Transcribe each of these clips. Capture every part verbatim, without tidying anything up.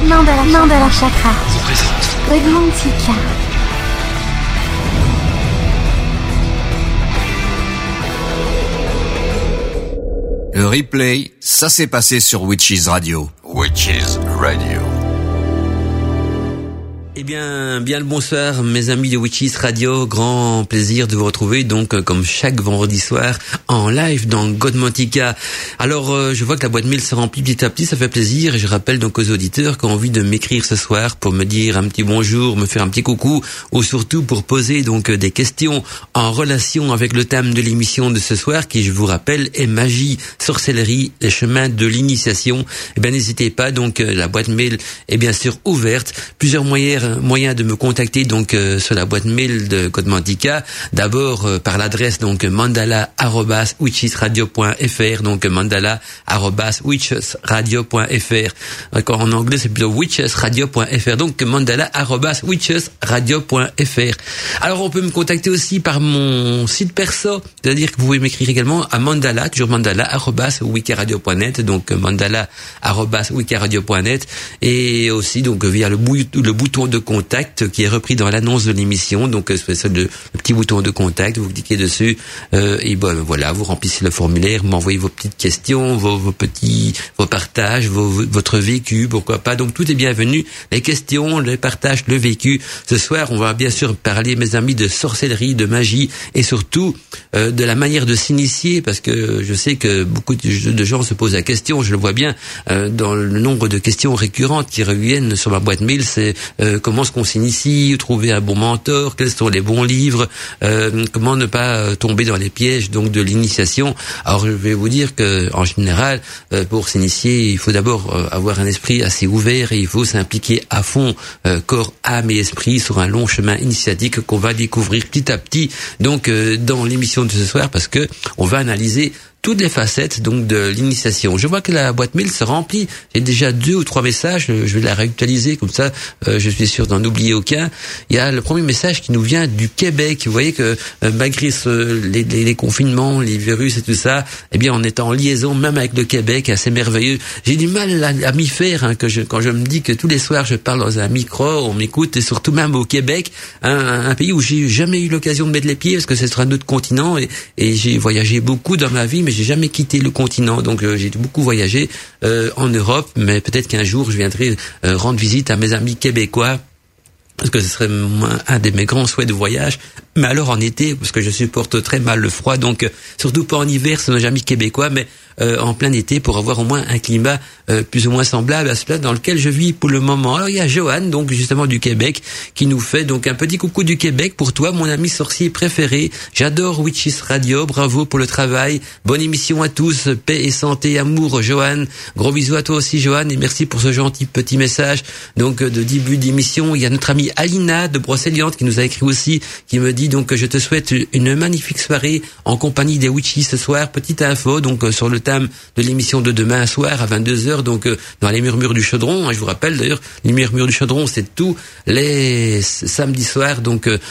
Mandala, Mandala Chakra. Godmantika. Le replay, ça s'est passé sur Witches Radio. Witches Radio. Eh bien, bien le bonsoir, mes amis de Witches Radio. Grand plaisir de vous retrouver, donc, comme chaque vendredi soir, en live dans Godmantika. Alors, euh, je vois que la boîte mail se remplit petit à petit, ça fait plaisir. Et je rappelle donc aux auditeurs qui ont envie de m'écrire ce soir pour me dire un petit bonjour, me faire un petit coucou, ou surtout pour poser donc des questions en relation avec le thème de l'émission de ce soir, qui, je vous rappelle, est magie, sorcellerie, les chemins de l'initiation. Eh bien, n'hésitez pas. Donc, la boîte mail est bien sûr ouverte. Plusieurs moyens moyen de me contacter donc euh, sur la boîte mail de Godmantika. D'abord euh, par l'adresse donc mandala arobase witches radio point f r, donc mandala arobase witches radio point f r. Encore en anglais c'est plutôt witches radio point f r, donc mandala arobase witches radio point f r. Alors on peut me contacter aussi par mon site perso, c'est-à-dire que vous pouvez m'écrire également à mandala, toujours mandala arobase wikiradio point net, donc mandala arobase wikiradio point net, et aussi donc via le, bou- le bouton de contact qui est repris dans l'annonce de l'émission. Donc c'est le, le petit bouton de contact, vous cliquez dessus euh, et bon voilà, vous remplissez le formulaire, vous m'envoyez vos petites questions, vos, vos petits vos partages, vos, votre vécu, pourquoi pas. Donc tout est bienvenu, les questions, les partages, le vécu. Ce soir on va bien sûr parler, mes amis, de sorcellerie, de magie et surtout euh, de la manière de s'initier, parce que je sais que beaucoup de, de gens se posent la question, je le vois bien euh, dans le nombre de questions récurrentes qui reviennent sur ma boîte mail, c'est euh, comment est-ce qu'on s'initie, trouver un bon mentor, quels sont les bons livres, euh, comment ne pas tomber dans les pièges donc de l'initiation. Alors je vais vous dire que en général, euh, pour s'initier, il faut d'abord euh, avoir un esprit assez ouvert et il faut s'impliquer à fond, euh, corps, âme et esprit, sur un long chemin initiatique qu'on va découvrir petit à petit donc euh, dans l'émission de ce soir, parce que on va analyser toutes les facettes donc de l'initiation. Je vois que la boîte mail se remplit. J'ai déjà deux ou trois messages. Je vais la réactualiser comme ça. Euh, je suis sûr d'en oublier aucun. Il y a le premier message qui nous vient du Québec. Vous voyez que euh, malgré ce, les, les, les confinements, les virus et tout ça, eh bien on est en liaison même avec le Québec, assez merveilleux. J'ai du mal à, à m'y faire hein, que je, quand je me dis que tous les soirs je parle dans un micro, on m'écoute, et surtout même au Québec, hein, un, un pays où j'ai jamais eu l'occasion de mettre les pieds parce que c'est sur un autre continent et, et j'ai voyagé beaucoup dans ma vie, mais j'ai jamais quitté le continent, donc euh, j'ai beaucoup voyagé euh, en Europe, mais peut-être qu'un jour je viendrai euh, rendre visite à mes amis québécois, parce que ce serait un de mes grands souhaits de voyage. Mais alors en été, parce que je supporte très mal le froid, donc euh, surtout pas en hiver, c'est nos amis québécois, mais euh, en plein été, pour avoir au moins un climat euh, plus ou moins semblable à celui dans lequel je vis pour le moment. Alors il y a Johan, donc justement du Québec, qui nous fait donc un petit coucou du Québec pour toi, mon ami sorcier préféré. J'adore Witches Radio, bravo pour le travail, bonne émission à tous, paix et santé, amour, Johan. Gros bisous à toi aussi, Johan, et merci pour ce gentil petit message donc de début d'émission. Il y a notre amie Alina de Brocéliande qui nous a écrit aussi, qui me dit donc que je te souhaite une magnifique soirée en compagnie des Witches ce soir. Petite info donc sur le thème de l'émission de demain soir à vingt-deux heures, donc dans les murmures du chaudron. Je vous rappelle d'ailleurs, les murmures du chaudron, c'est tous les samedis soirs, donc de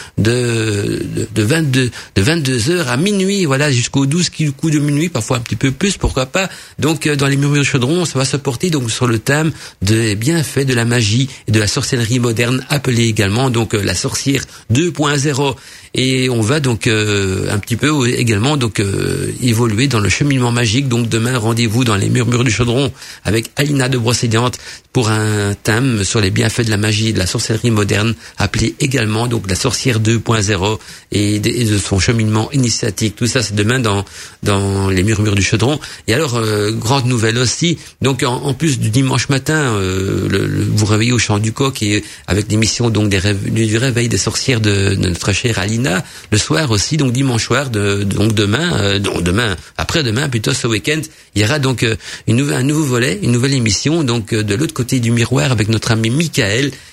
de, de vingt-deux de vingt-deux heures à minuit, voilà, jusqu'au douze coups de minuit, parfois un petit peu plus, pourquoi pas. Donc dans les murmures du chaudron, ça va se porter donc sur le thème des bienfaits de la magie et de la sorcellerie moderne, appelée également donc la sorcière deux point zéro. Et on va donc euh, un petit peu également donc euh, évoluer dans le cheminement magique. Donc demain, rendez-vous dans les murmures du chaudron avec Alina de Brocéliande pour un thème sur les bienfaits de la magie et de la sorcellerie moderne, appelé également donc la sorcière deux point zéro, et de, et de son cheminement initiatique. Tout ça, c'est demain dans dans les murmures du chaudron. Et alors, euh, grande nouvelle aussi, donc en, en plus du dimanche matin, euh, le, le, vous réveillez au chant du coq, et avec l'émission donc des rêve, du réveil des sorcières de, de notre chère Alina. Le soir aussi, donc dimanche soir, de, donc demain, euh, donc demain, après-demain, plutôt ce week-end, il y aura donc euh, une nouvelle, un nouveau volet, une nouvelle émission, donc euh, de l'autre côté du miroir avec notre ami Michael.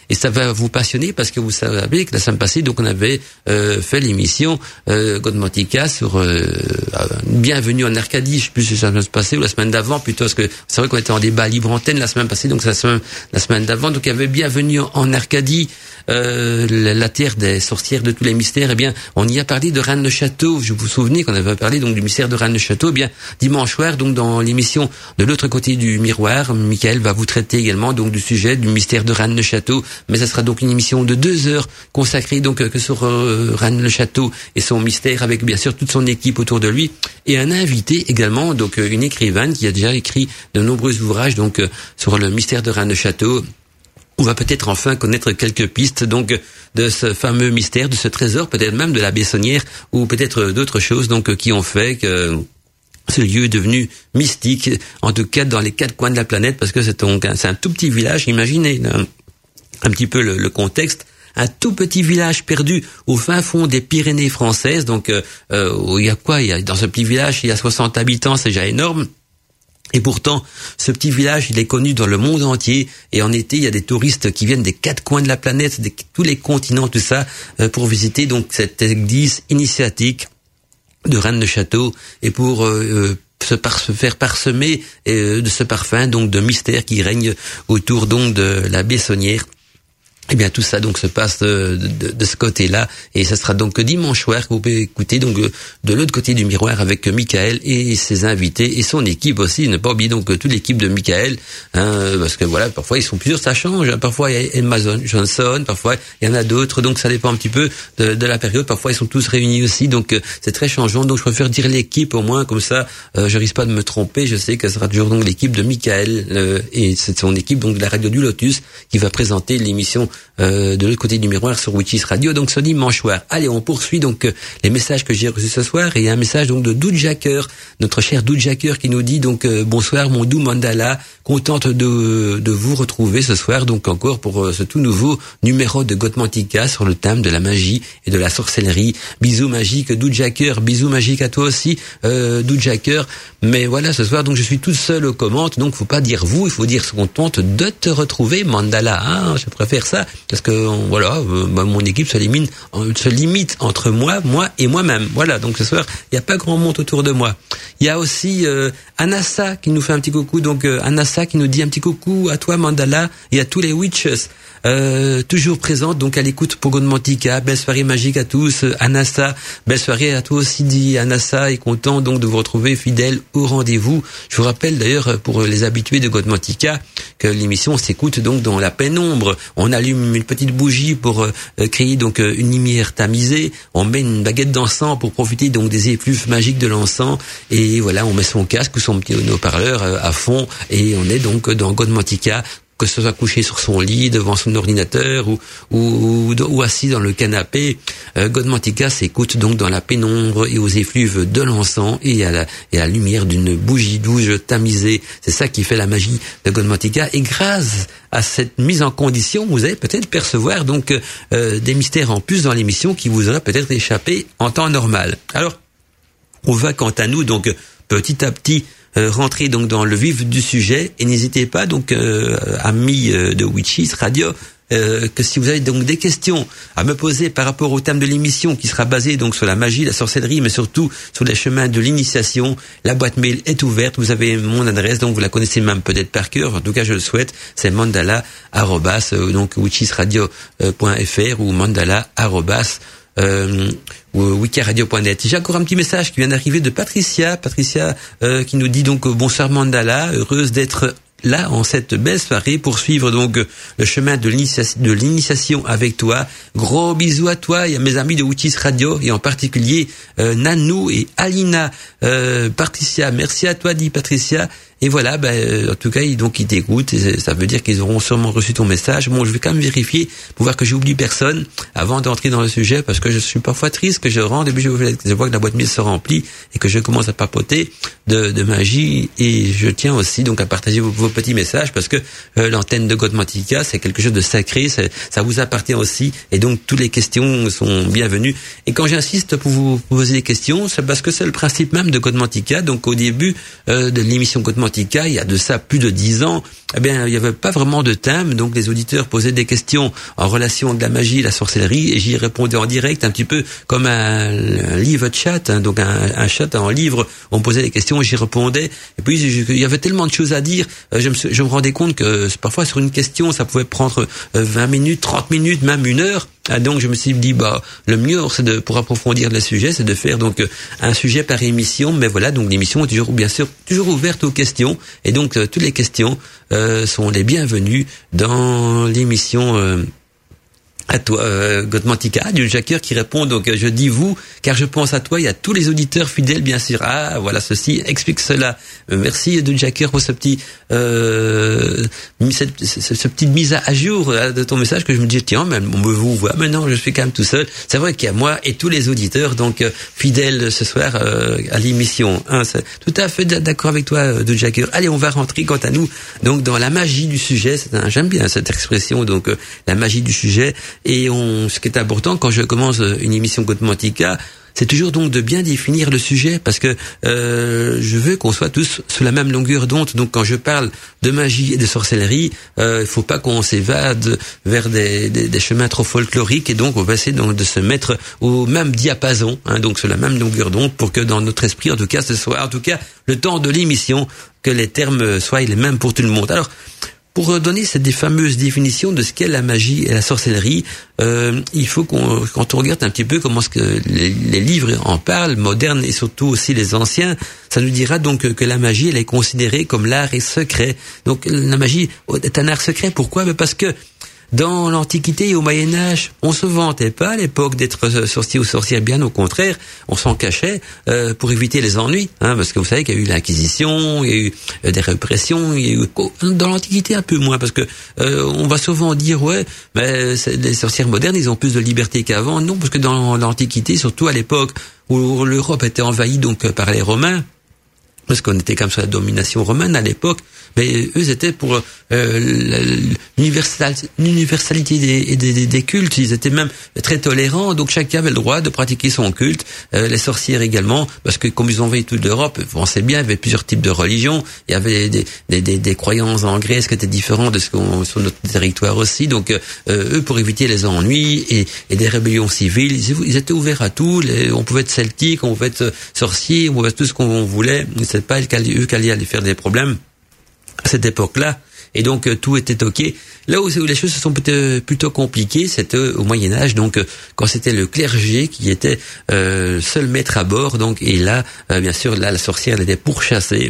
et ça va vous passionner parce que vous savez que la semaine passée, donc on avait euh, fait l'émission euh, Godmantica sur euh, Bienvenue en Arcadie. Je sais plus si ça va se passer ou la semaine d'avant plutôt, parce que c'est vrai qu'on était en débat libre antenne la semaine passée, donc c'est la semaine, la semaine d'avant. Donc il y avait Bienvenue en Arcadie, euh, la, la terre des sorcières de tous les mystères. Eh bien, on y a parlé de Rennes-le-Château. Je vous souvenez qu'on avait parlé donc du mystère de Rennes-le-Château. Eh bien, dimanche soir, donc dans l'émission De l'autre côté du miroir, Michael va vous traiter également donc du sujet du mystère de Rennes-le-Château. Mais ça sera donc une émission de deux heures consacrée donc que sur euh, Rennes-le-Château et son mystère, avec bien sûr toute son équipe autour de lui, et un invité également, donc une écrivaine qui a déjà écrit de nombreux ouvrages donc euh, sur le mystère de Rennes-le-Château. On va peut-être enfin connaître quelques pistes donc de ce fameux mystère, de ce trésor, peut-être même de la Bessonnière, ou peut-être d'autres choses donc qui ont fait que ce lieu est devenu mystique, en tout cas dans les quatre coins de la planète, parce que c'est donc un, c'est un tout petit village. Imaginez un, un petit peu le, le contexte. Un tout petit village perdu au fin fond des Pyrénées françaises. Donc, euh, euh, il y a quoi? Il y a, dans ce petit village, il y a soixante habitants, c'est déjà énorme. Et pourtant, ce petit village, il est connu dans le monde entier. Et en été, il y a des touristes qui viennent des quatre coins de la planète, de tous les continents, tout ça, euh, pour visiter donc cette église initiatique de Rennes-le-Château, et pour euh, se, par, se faire parsemer euh, de ce parfum donc de mystère qui règne autour donc de la Bessonnière. Eh bien, tout ça donc se passe de, de, de ce côté-là, et ça sera donc dimanche soir que vous pouvez écouter donc de l'autre côté du miroir avec Michael et ses invités et son équipe aussi. Ne pas oublier donc toute l'équipe de Michael, hein, parce que voilà, parfois ils sont plusieurs, ça change. Hein, parfois il y a Emma Johnson, parfois il y en a d'autres, donc ça dépend un petit peu de, de la période. Parfois ils sont tous réunis aussi, donc c'est très changeant. Donc je préfère dire l'équipe au moins, comme ça euh, je risque pas de me tromper. Je sais que ce sera toujours donc l'équipe de Michael euh, et c'est son équipe donc de la radio du Lotus qui va présenter l'émission Euh, de l'autre côté du miroir sur Witches Radio, donc ce dimanche soir. Allez, on poursuit donc euh, les messages que j'ai reçus ce soir, et il y a un message donc de Doud Jacker, notre cher Doud Jacker, qui nous dit donc euh, bonsoir mon doux Mandala, contente de de vous retrouver ce soir donc encore pour euh, ce tout nouveau numéro de Godmantica sur le thème de la magie et de la sorcellerie. Bisous magiques Doud Jacker, bisous magiques à toi aussi euh, Doud Jacker. Mais voilà, ce soir donc je suis tout seul aux commandes, donc faut pas dire vous, il faut dire contente de te retrouver Mandala. Hein, je préfère ça. Parce que voilà, euh, bah, mon équipe se limite, se limite entre moi, moi et moi-même. Voilà, donc ce soir, il n'y a pas grand monde autour de moi. Il y a aussi euh, Anassa qui nous fait un petit coucou. Donc euh, Anassa qui nous dit un petit coucou à toi Mandala et à tous les witches. Euh, toujours présente donc à l'écoute pour Godmantica. Belle soirée magique à tous. Anassa, belle soirée à toi aussi dit Anassa, et content donc de vous retrouver fidèle au rendez-vous. Je vous rappelle d'ailleurs pour les habitués de Godmantica que l'émission s'écoute donc dans la pénombre. On allume une petite bougie pour euh, créer donc euh, une lumière tamisée. On met une baguette d'encens pour profiter donc des effluves magiques de l'encens, et voilà, on met son casque ou son petit haut-parleur euh, à fond, et on est donc dans Godmantica, que ce soit couché sur son lit, devant son ordinateur ou ou, ou assis dans le canapé. Euh, Godmantica s'écoute donc dans la pénombre et aux effluves de l'encens et à la, et à la lumière d'une bougie douce tamisée. C'est ça qui fait la magie de Godmantica. Et grâce à cette mise en condition, vous allez peut-être percevoir donc euh, des mystères en plus dans l'émission qui vous auraient peut-être échappé en temps normal. Alors, on va quant à nous donc petit à petit Euh, rentrer donc dans le vif du sujet, et n'hésitez pas donc euh, amis euh, de Witches Radio, euh, que si vous avez donc des questions à me poser par rapport au thème de l'émission qui sera basé donc sur la magie, la sorcellerie, mais surtout sur les chemins de l'initiation, la boîte mail est ouverte. Vous avez mon adresse, donc vous la connaissez même peut-être par cœur, en tout cas je le souhaite, c'est mandala arobase euh, donc witchesradio point fr ou mandala arobase Euh, wikiradio point net. J'ai encore un petit message qui vient d'arriver de Patricia, Patricia euh, qui nous dit donc bonsoir Mandala, heureuse d'être là en cette belle soirée pour suivre donc le chemin de l'initiation, de l'initiation avec toi. Gros bisous à toi et à mes amis de Witches Radio, et en particulier euh, Nanou et Alina. Euh, Patricia, merci à toi dit Patricia. Et voilà, ben, euh, en tout cas, ils, donc, ils t'écoutent, et ça veut dire qu'ils auront sûrement reçu ton message. Bon, je vais quand même vérifier pour voir que j'oublie personne avant d'entrer dans le sujet, parce que je suis parfois triste que je rentre et puis je, je vois que la boîte mail se remplit et que je commence à papoter de, de magie, et je tiens aussi donc à partager vos, vos petits messages, parce que euh, l'antenne de Godmantica, c'est quelque chose de sacré, ça vous appartient aussi, et donc toutes les questions sont bienvenues. Et quand j'insiste pour vous poser des questions, c'est parce que c'est le principe même de Godmantica. Donc au début euh, de l'émission Godmantica, Godmantica, il y a de ça plus de dix ans, eh bien, il n'y avait pas vraiment de thème, donc les auditeurs posaient des questions en relation avec la magie et la sorcellerie, et j'y répondais en direct, un petit peu comme un, un livre chat, hein, donc un, un chat en livre, on me posait des questions et j'y répondais, et puis il y avait tellement de choses à dire, je me, je me rendais compte que parfois sur une question, ça pouvait prendre vingt minutes, trente minutes, même une heure. Ah, donc je me suis dit bah le mieux c'est de pour approfondir le sujet, c'est de faire donc un sujet par émission, mais voilà, donc l'émission est toujours bien sûr toujours ouverte aux questions, et donc euh, toutes les questions euh, sont les bienvenues dans l'émission euh, à toi, euh, Godmantica, du Jacker qui répond, donc je dis vous, car je pense à toi, il y a tous les auditeurs fidèles, bien sûr. Ah, voilà, ceci explique cela. Euh, merci, du Jacker, pour ce petit, euh, cette, ce, ce petit mise à jour euh, de ton message, que je me dis, tiens, mais on me vous voit, mais non, je suis quand même tout seul. C'est vrai qu'il y a moi et tous les auditeurs, donc, euh, fidèles ce soir, euh, à l'émission. Hein, c'est tout à fait d'accord avec toi, euh, du Jacker. Allez, on va rentrer, quant à nous, donc, dans la magie du sujet. C'est un, j'aime bien cette expression, donc, euh, la magie du sujet. Et on, ce qui est important quand je commence une émission Godmantica, c'est toujours donc de bien définir le sujet, parce que euh, je veux qu'on soit tous sur la même longueur d'onde. Donc quand je parle de magie et de sorcellerie, euh, il faut pas qu'on s'évade vers des, des, des chemins trop folkloriques, et donc on va essayer donc de se mettre au même diapason, hein, donc sur la même longueur d'onde, pour que dans notre esprit, en tout cas ce soit, en tout cas le temps de l'émission, que les termes soient les mêmes pour tout le monde. Alors, pour donner cette fameuse définition de ce qu'est la magie et la sorcellerie, euh, il faut qu'on, quand on regarde un petit peu comment ce que les, les livres en parlent, modernes et surtout aussi les anciens, ça nous dira donc que la magie, elle est considérée comme l'art et secret. Donc la magie est un art secret. Pourquoi? Parce que dans l'Antiquité et au Moyen-Âge, on se vantait pas à l'époque d'être sorcier ou sorcière, bien au contraire, on s'en cachait euh, pour éviter les ennuis, hein, parce que vous savez qu'il y a eu l'Inquisition, il y a eu euh, des répressions, il y a eu dans l'Antiquité un peu moins, parce que euh, on va souvent dire ouais, mais les sorcières modernes, ils ont plus de liberté qu'avant. Non, parce que dans l'Antiquité, surtout à l'époque où l'Europe était envahie donc par les Romains, parce qu'on était comme sur la domination romaine à l'époque, mais eux étaient pour euh, l'universalité des, des, des cultes. Ils étaient même très tolérants, donc chacun avait le droit de pratiquer son culte. Euh, les sorcières également, parce que comme ils ont envahi toute l'Europe, on sait bien, il y avait plusieurs types de religions. Il y avait des, des, des, des croyances en Grèce qui étaient différentes de ce qu'on sur notre territoire aussi. Donc euh, eux, pour éviter les ennuis et, et des rébellions civiles, ils, ils étaient ouverts à tout. Les, on pouvait être celtique, on pouvait être sorcier, on pouvait être tout ce qu'on voulait. C'est pas eux qui allaient aller faire des problèmes à cette époque-là, et donc euh, tout était ok. Là où, où les choses se sont plutôt, plutôt compliquées, c'était au Moyen-Âge, donc euh, quand c'était le clergé qui était euh, seul maître à bord, donc et là, euh, bien sûr, là la sorcière elle était pourchassée,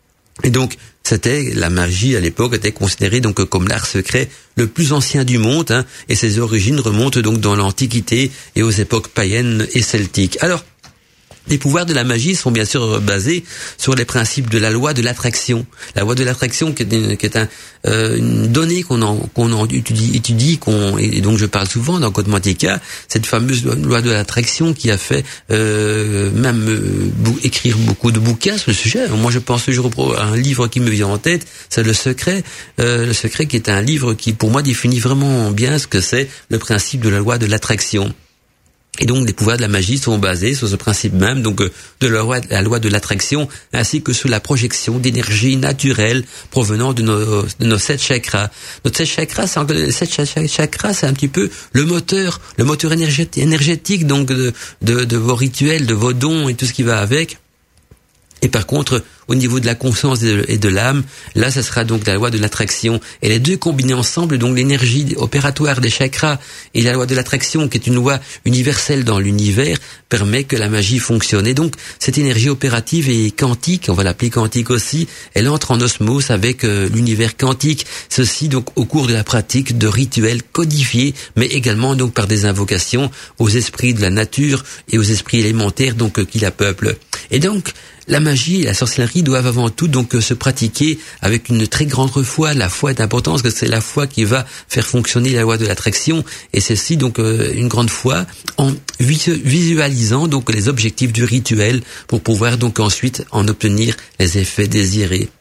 et donc c'était la magie à l'époque était considérée donc comme l'art secret le plus ancien du monde, hein, et ses origines remontent donc dans l'Antiquité et aux époques païennes et celtiques. Alors, les pouvoirs de la magie sont bien sûr basés sur les principes de la loi de l'attraction. La loi de l'attraction qui est, une, qui est un, euh, une donnée qu'on en, qu'on en étudie, étudie qu'on, et donc je parle souvent dans Godmantica, cette fameuse loi de l'attraction qui a fait euh, même euh, bou- écrire beaucoup de bouquins sur le sujet. Moi je pense toujours à un livre qui me vient en tête, c'est Le Secret. Euh, Le Secret qui est un livre qui pour moi définit vraiment bien ce que c'est le principe de la loi de l'attraction. Et donc, les pouvoirs de la magie sont basés sur ce principe même, donc de la loi, la loi de l'attraction, ainsi que sur la projection d'énergie naturelle provenant de nos, de nos sept chakras. Notre sept chakras, c'est, sept chakras, c'est un petit peu le moteur, le moteur énergétique, énergétique donc de, de, de vos rituels, de vos dons et tout ce qui va avec. Et par contre, au niveau de la conscience et de, et de l'âme, là, ça sera donc la loi de l'attraction. Et les deux combinés ensemble, donc l'énergie opératoire des chakras et la loi de l'attraction, qui est une loi universelle dans l'univers, permet que la magie fonctionne. Et donc, cette énergie opérative est quantique, on va l'appeler quantique aussi, elle entre en osmose avec euh, l'univers quantique. Ceci donc au cours de la pratique de rituels codifiés, mais également donc par des invocations aux esprits de la nature et aux esprits élémentaires donc euh, qui la peuplent. Et donc, la magie et la sorcellerie doivent avant tout donc se pratiquer avec une très grande foi. La foi est importante parce que c'est la foi qui va faire fonctionner la loi de l'attraction, et ceci donc euh, une grande foi en visualisant donc les objectifs du rituel pour pouvoir donc ensuite en obtenir les effets désirés.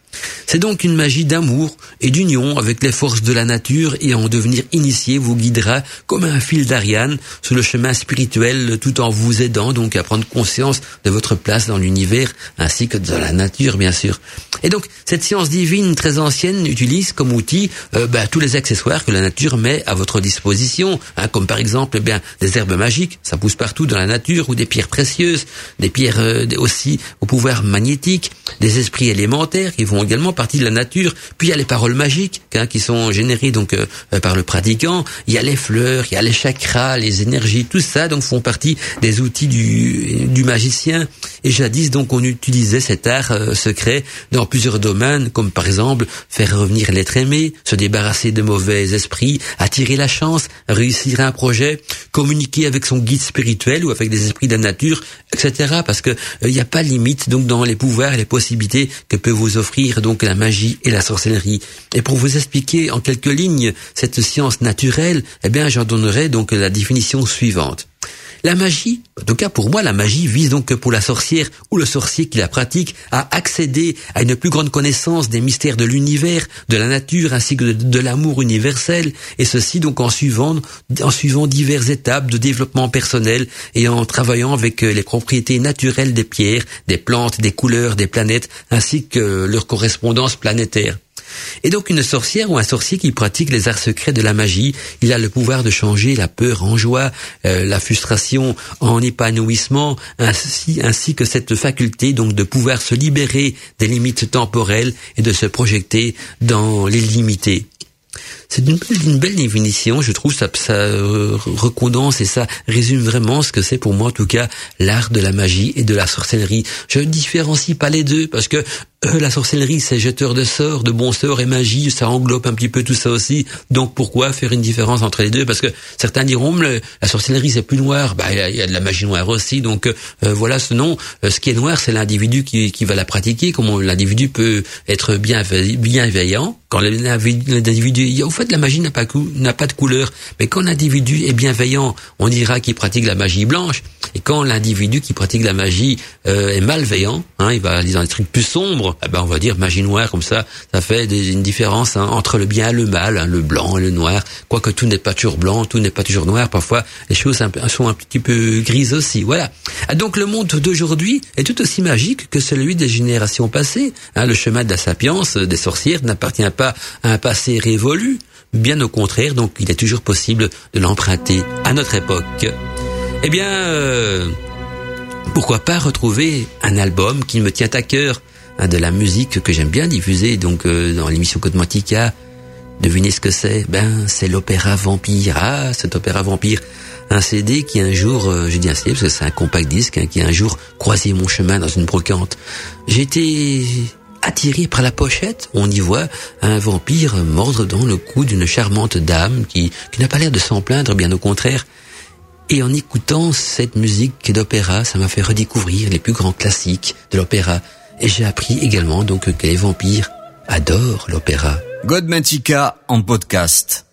C'est donc une magie d'amour et d'union avec les forces de la nature, et en devenir initié vous guidera comme un fil d'Ariane sur le chemin spirituel, tout en vous aidant donc à prendre conscience de votre place dans l'univers ainsi que dans la nature, bien sûr. Et donc cette science divine très ancienne utilise comme outil euh, bah, tous les accessoires que la nature met à votre disposition, hein, comme par exemple eh bien des herbes magiques, ça pousse partout dans la nature, ou des pierres précieuses, des pierres euh, aussi au pouvoir magnétique, des esprits élémentaires qui font également partie de la nature. Puis il y a les paroles magiques hein, qui sont générées donc euh, par le pratiquant. Il y a les fleurs, il y a les chakras, les énergies, tout ça donc font partie des outils du, du magicien. Et jadis donc on utilisait cet art euh, secret dans plusieurs domaines, comme par exemple faire revenir l'être aimé, se débarrasser de mauvais esprits, attirer la chance, réussir un projet, communiquer avec son guide spirituel ou avec des esprits de la nature, et cetera. Parce que il euh, n'y a pas de limite donc dans les pouvoirs et les possibilités que peut vous offrir donc la magie et la sorcellerie. Et pour vous expliquer en quelques lignes cette science naturelle, eh bien j'en donnerai donc la définition suivante. La magie, en tout cas pour moi, la magie vise donc pour la sorcière ou le sorcier qui la pratique à accéder à une plus grande connaissance des mystères de l'univers, de la nature ainsi que de, de l'amour universel, et ceci donc en suivant, en suivant diverses étapes de développement personnel et en travaillant avec les propriétés naturelles des pierres, des plantes, des couleurs, des planètes ainsi que leur correspondance planétaire. Et donc une sorcière ou un sorcier qui pratique les arts secrets de la magie, il a le pouvoir de changer la peur en joie, euh, la frustration en épanouissement, ainsi, ainsi que cette faculté donc de pouvoir se libérer des limites temporelles et de se projeter dans l'illimité. C'est une belle, une belle définition, je trouve, ça, ça euh, recondense et ça résume vraiment ce que c'est pour moi en tout cas l'art de la magie et de la sorcellerie. Je ne différencie pas les deux parce que euh, la sorcellerie c'est jeteur de sorts, de bons sorts et magie, ça englobe un petit peu tout ça aussi. Donc pourquoi faire une différence entre les deux? Parce que certains diront mais la sorcellerie c'est plus noir, bah il y, y a de la magie noire aussi. Donc euh, voilà, ce nom, euh, ce qui est noir c'est l'individu qui, qui va la pratiquer. Comment l'individu peut être bien bienveillant quand l'individu, au fait la magie n'a pas n'a pas de couleur, mais quand l'individu est bienveillant, on dira qu'il pratique la magie blanche. Et quand l'individu qui pratique la magie euh, est malveillant, hein, il va aller dans des trucs plus sombres, eh ben on va dire magie noire, comme ça, ça fait des, une différence hein, entre le bien et le mal, hein, le blanc et le noir. Quoique tout n'est pas toujours blanc, tout n'est pas toujours noir. Parfois, les choses un, sont un petit peu grises aussi. Voilà. Donc le monde d'aujourd'hui est tout aussi magique que celui des générations passées. Hein, le chemin de la sapience des sorcières n'appartient pas à un passé révolu. Bien au contraire, donc il est toujours possible de l'emprunter à notre époque. Eh bien, euh, pourquoi pas retrouver un album qui me tient à cœur, hein, de la musique que j'aime bien diffuser donc euh, dans l'émission Godmantica. Devinez ce que c'est? Ben, c'est l'opéra Vampire. Ah, cet opéra Vampire, un C D qui un jour, euh, je dis un C D parce que c'est un compact disque, hein, qui un jour croisé mon chemin dans une brocante. J'ai été attiré par la pochette, on y voit un vampire mordre dans le cou d'une charmante dame qui, qui n'a pas l'air de s'en plaindre, bien au contraire. Et en écoutant cette musique d'opéra, ça m'a fait redécouvrir les plus grands classiques de l'opéra. Et j'ai appris également donc que les vampires adorent l'opéra. Godmantica en podcast.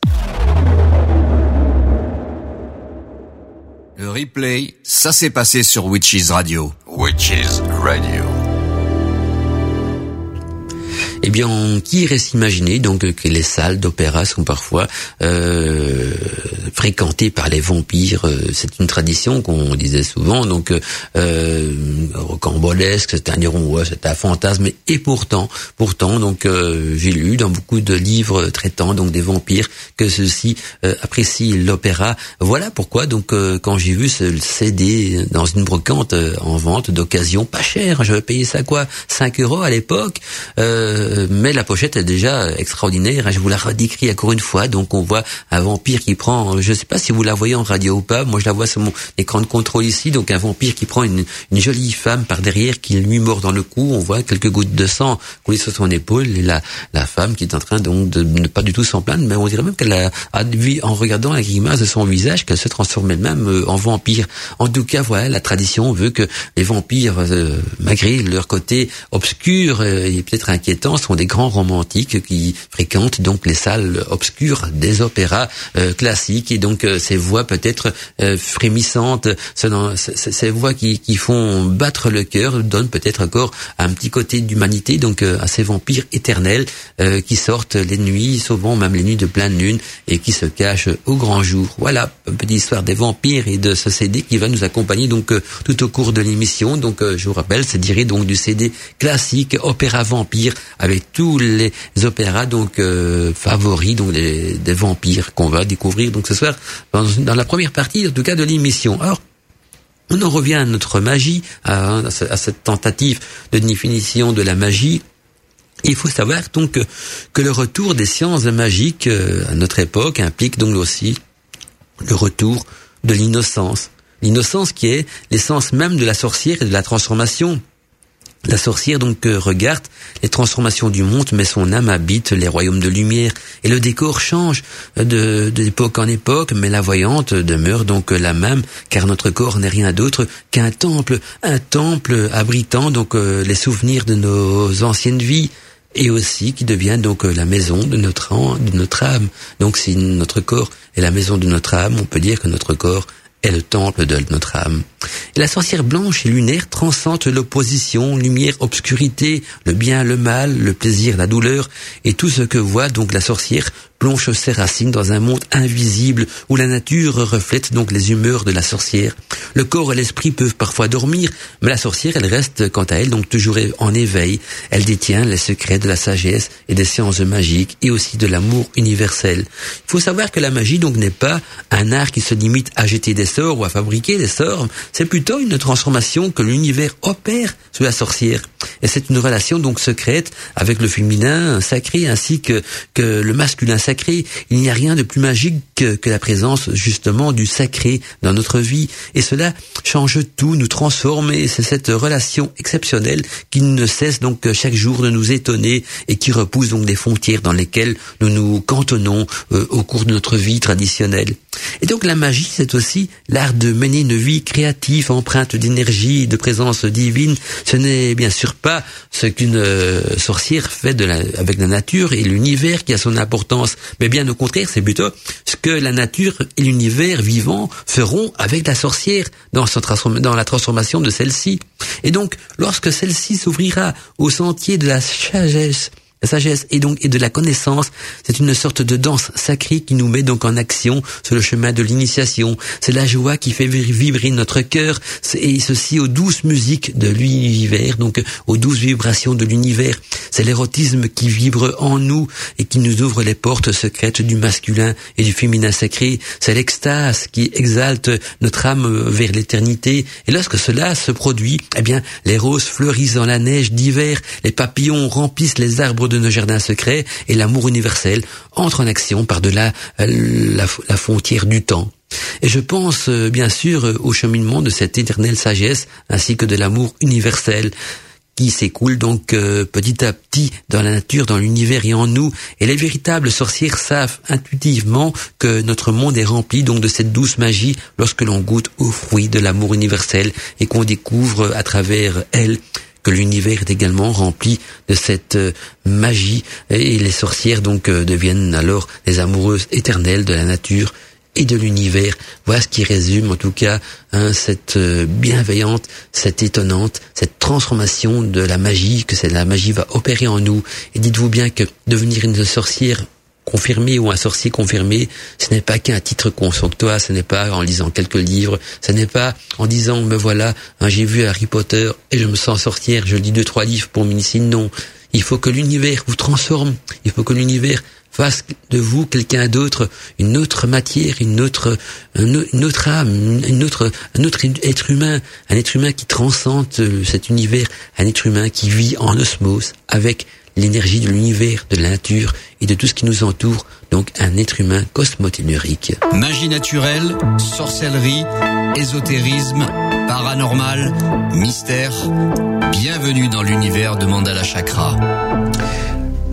Le replay, ça s'est passé sur Witches Radio. Witches Radio. Eh bien, qui irait s'imaginer donc que les salles d'opéra sont parfois euh, fréquentées par les vampires? C'est une tradition qu'on disait souvent, donc euh, rocambolesque, c'est un diront, ouais, c'est un fantasme. Et pourtant, pourtant, donc euh, j'ai lu dans beaucoup de livres traitant donc des vampires que ceux-ci euh, apprécient l'opéra. Voilà pourquoi donc euh, quand j'ai vu ce C D dans une brocante euh, en vente d'occasion, pas cher, je payais ça quoi, cinq euros à l'époque. Euh, mais la pochette est déjà extraordinaire. Je vous la redécris encore une fois. Donc on voit un vampire qui prend, je ne sais pas si vous la voyez en radio ou pas, moi je la vois sur mon écran de contrôle ici, donc un vampire qui prend une, une jolie femme par derrière qui lui mord dans le cou. On voit quelques gouttes de sang couler sur son épaule et la, la femme qui est en train donc de ne pas du tout s'en plaindre, mais on dirait même qu'elle a, a vu en regardant la grimace de son visage qu'elle se transforme elle-même en vampire. En tout cas voilà, la tradition veut que les vampires, euh, malgré leur côté obscur et peut-être inquiétant, sont des grands romantiques qui fréquentent donc les salles obscures des opéras euh, classiques, et donc euh, ces voix peut-être euh, frémissantes, ces, ces voix qui, qui font battre le cœur, donnent peut-être encore un petit côté d'humanité donc euh, à ces vampires éternels euh, qui sortent les nuits, souvent même les nuits de pleine lune, et qui se cachent au grand jour. Voilà, une petite histoire des vampires et de ce C D qui va nous accompagner donc euh, tout au cours de l'émission. Donc euh, je vous rappelle, c'est tiré donc du C D classique Opéra Vampire, avec tous les opéras donc euh, favoris donc des, des vampires qu'on va découvrir donc ce soir dans, dans la première partie en tout cas de l'émission. Alors on en revient à notre magie, à, à cette tentative de définition de la magie. Il faut savoir donc que, que le retour des sciences magiques euh, à notre époque implique donc aussi le retour de l'innocence. L'innocence qui est l'essence même de la sorcière et de la transformation. La sorcière donc euh, regarde les transformations du monde, mais son âme habite les royaumes de lumière, et le décor change de d'époque en époque, mais la voyante demeure donc la même, car notre corps n'est rien d'autre qu'un temple, un temple abritant donc euh, les souvenirs de nos anciennes vies, et aussi qui devient donc la maison de notre âme, de notre âme. Donc si notre corps est la maison de notre âme, on peut dire que notre corps est le temple de notre âme. Et la sorcière blanche et lunaire transcende l'opposition, lumière, obscurité, le bien, le mal, le plaisir, la douleur, et tout ce que voit donc la sorcière plonge ses racines dans un monde invisible où la nature reflète donc les humeurs de la sorcière. Le corps et l'esprit peuvent parfois dormir, mais la sorcière, elle reste quant à elle donc toujours en éveil. Elle détient les secrets de la sagesse et des sciences magiques, et aussi de l'amour universel. Il faut savoir que la magie donc n'est pas un art qui se limite à jeter des sorts ou à fabriquer des sorts, c'est plutôt une transformation que l'univers opère sur la sorcière. Et c'est une relation donc secrète avec le féminin sacré ainsi que, que le masculin sacré. Il n'y a rien de plus magique que, que la présence justement du sacré dans notre vie. Et cela change tout, nous transforme, et c'est cette relation exceptionnelle qui ne cesse donc chaque jour de nous étonner et qui repousse donc des frontières dans lesquelles nous nous cantonnons euh, au cours de notre vie traditionnelle. Et donc la magie, c'est aussi l'art de mener une vie créative, empreinte d'énergie, de présence divine. Ce n'est bien sûr pas ce qu'une euh, sorcière fait de la, avec la nature et l'univers qui a son importance, mais bien au contraire, c'est plutôt ce que la nature et l'univers vivant feront avec la sorcière dans, son transform- dans la transformation de celle-ci. Et donc, lorsque celle-ci s'ouvrira au sentier de la sagesse, la sagesse et donc et de la connaissance, c'est une sorte de danse sacrée qui nous met donc en action sur le chemin de l'initiation. C'est la joie qui fait vibrer notre cœur, et ceci aux douces musiques de l'univers, donc aux douces vibrations de l'univers. C'est l'érotisme qui vibre en nous et qui nous ouvre les portes secrètes du masculin et du féminin sacré. C'est l'extase qui exalte notre âme vers l'éternité. Et lorsque cela se produit, eh bien, les roses fleurissent dans la neige d'hiver, les papillons remplissent les arbres de nos jardins secrets, et l'amour universel entre en action par-delà la, la frontière du temps. Et je pense euh, bien sûr euh, au cheminement de cette éternelle sagesse ainsi que de l'amour universel qui s'écoule donc euh, petit à petit dans la nature, dans l'univers et en nous. Et les véritables sorcières savent intuitivement que notre monde est rempli donc de cette douce magie lorsque l'on goûte aux fruits de l'amour universel et qu'on découvre à travers elle que l'univers est également rempli de cette euh, magie, et les sorcières donc euh, deviennent alors des amoureuses éternelles de la nature et de l'univers. Voilà ce qui résume en tout cas hein, cette euh, bienveillante, cette étonnante, cette transformation de la magie, que c'est la magie va opérer en nous. Et dites-vous bien que devenir une sorcière confirmé ou un sorcier confirmé, ce n'est pas qu'un titre console-toi, ce n'est pas en lisant quelques livres, ce n'est pas en disant me voilà, hein, j'ai vu Harry Potter et je me sens sorcière, je lis deux trois livres pour m'initier. Non, il faut que l'univers vous transforme, il faut que l'univers fasse de vous quelqu'un d'autre, une autre matière, une autre, une autre âme, une autre, un autre être humain, un être humain qui transcende cet univers, un être humain qui vit en osmose avec l'énergie de l'univers, de la nature et de tout ce qui nous entoure, donc un être humain cosmotellurique. Magie naturelle, sorcellerie, ésotérisme, paranormal, mystère. Bienvenue dans l'univers de Mandala Chakra.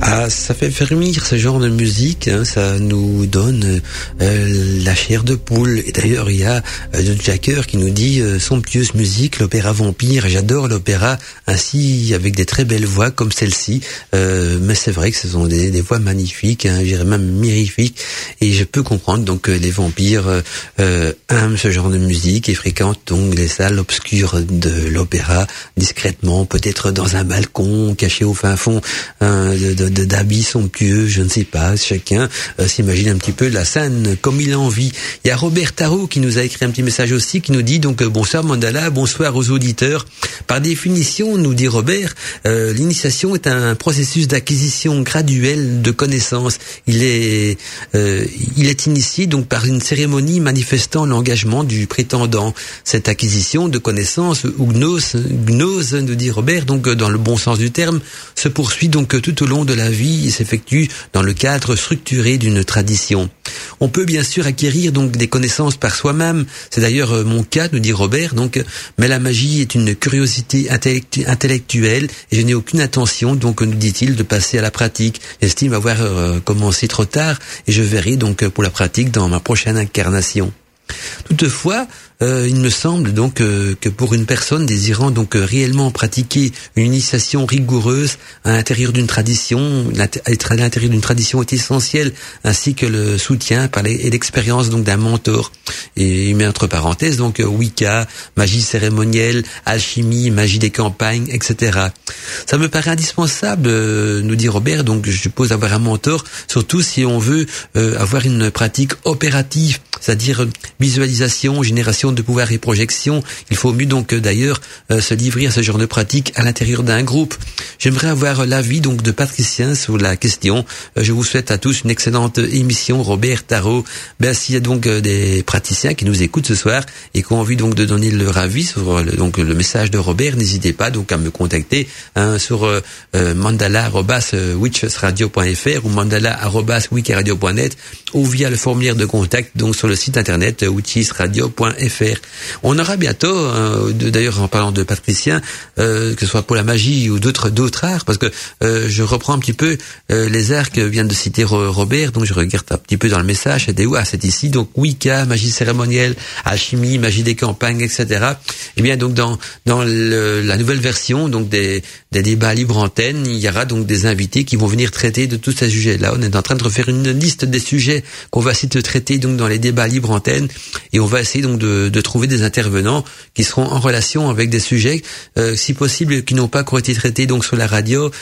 Ah, ça fait frémir ce genre de musique, hein, ça nous donne euh, la chair de poule. Et d'ailleurs, il y a euh, Jacker qui nous dit euh, somptueuse musique, l'opéra vampire. J'adore l'opéra, ainsi avec des très belles voix comme celle-ci. Euh, mais c'est vrai que ce sont des, des voix magnifiques, hein, je dirais même mirifiques. Et je peux comprendre donc que les vampires euh, euh, aiment ce genre de musique et fréquentent donc les salles obscures de l'opéra discrètement, peut-être dans un balcon caché au fin fond hein, de, de De, d'habits somptueux, je ne sais pas, chacun euh, s'imagine un petit peu la scène comme il a envie. Il y a Robert Tarot qui nous a écrit un petit message aussi, qui nous dit donc euh, bonsoir Mandala, bonsoir aux auditeurs. Par définition, nous dit Robert, euh, l'initiation est un processus d'acquisition graduelle de connaissances. Il est, euh, il est initié donc par une cérémonie manifestant l'engagement du prétendant. Cette acquisition de connaissances, ou gnose, gnose, nous dit Robert, donc euh, dans le bon sens du terme, se poursuit donc euh, tout au long de la vie et s'effectue dans le cadre structuré d'une tradition. On peut bien sûr acquérir donc des connaissances par soi-même, c'est d'ailleurs euh, mon cas, nous dit Robert, donc, mais la magie est une curiosité intellectu- intellectuelle et je n'ai aucune intention, donc nous dit-il, de passer à la pratique. J'estime avoir euh, commencé trop tard et je verrai donc pour la pratique dans ma prochaine incarnation. Toutefois, euh, il me semble donc euh, que pour une personne désirant donc euh, réellement pratiquer une initiation rigoureuse à l'intérieur d'une tradition, être à l'intérieur d'une tradition est essentiel, ainsi que le soutien par les, et l'expérience donc d'un mentor. Et il met entre parenthèses donc euh, Wicca, magie cérémonielle, alchimie, magie des campagnes, et cetera. Ça me paraît indispensable, euh, nous dit Robert. Donc je suppose avoir un mentor, surtout si on veut euh, avoir une pratique opérative, c'est-à-dire visualisation, génération de pouvoir et projection. Il faut mieux donc d'ailleurs euh, se livrer à ce genre de pratique à l'intérieur d'un groupe. J'aimerais avoir l'avis donc de Patricien sur la question. Euh, je vous souhaite à tous une excellente émission, Robert Tarot. Ben s'il y a donc euh, des praticiens qui nous écoutent ce soir et qui ont envie donc de donner leur avis sur le, donc le message de Robert, n'hésitez pas donc à me contacter hein, sur euh, euh, mandala arobase witches radio point f r ou mandala arobase wikiradio point net ou via le formulaire de contact donc sur le site internet witches radio point f r. On aura bientôt, euh, d'ailleurs en parlant de Patricien, euh, que ce soit pour la magie ou d'autres d'autres arts, parce que euh, je reprends un petit peu euh, les arts que vient de citer Robert, donc je regarde un petit peu dans le message, c'était où? Ah, c'est ici, donc Wicca, magie cérémonielle, alchimie, magie des campagnes, et cetera. Et bien donc dans dans le, la nouvelle version donc des des débats libre antenne, il y aura donc des invités qui vont venir traiter de tous ces sujets-là. On est en train de refaire une liste des sujets qu'on va essayer de traiter donc dans les débats libre antenne, et on va essayer donc de, de trouver des intervenants qui seront en relation avec des sujets, euh, si possible, qui n'ont pas encore été traités donc sur la radio.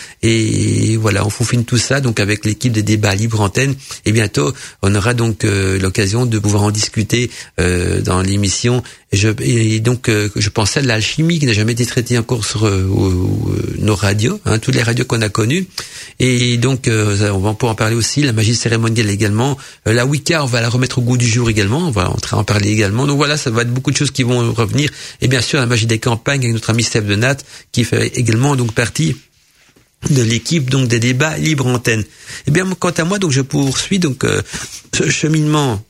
Et voilà, on faufine tout ça donc avec l'équipe des débats libre antenne. Et bientôt, on aura donc euh, l'occasion de pouvoir en discuter euh, dans l'émission. Et, je, et donc, euh, je pensais à l'alchimie qui n'a jamais été traitée encore sur euh, euh, nos radios, hein, toutes les radios qu'on a connues. Et donc, euh, on va pouvoir en parler aussi. La magie cérémonielle également. Euh, la Wicca, on va la remettre au goût du jour également. On va entrer en parler également. Donc voilà, ça va être beaucoup de choses qui vont revenir. Et bien sûr, la magie des campagnes avec notre ami Steph de Nat, qui fait également donc partie de l'équipe donc des débats libre antenne. Et bien, quant à moi, donc je poursuis donc euh, ce cheminement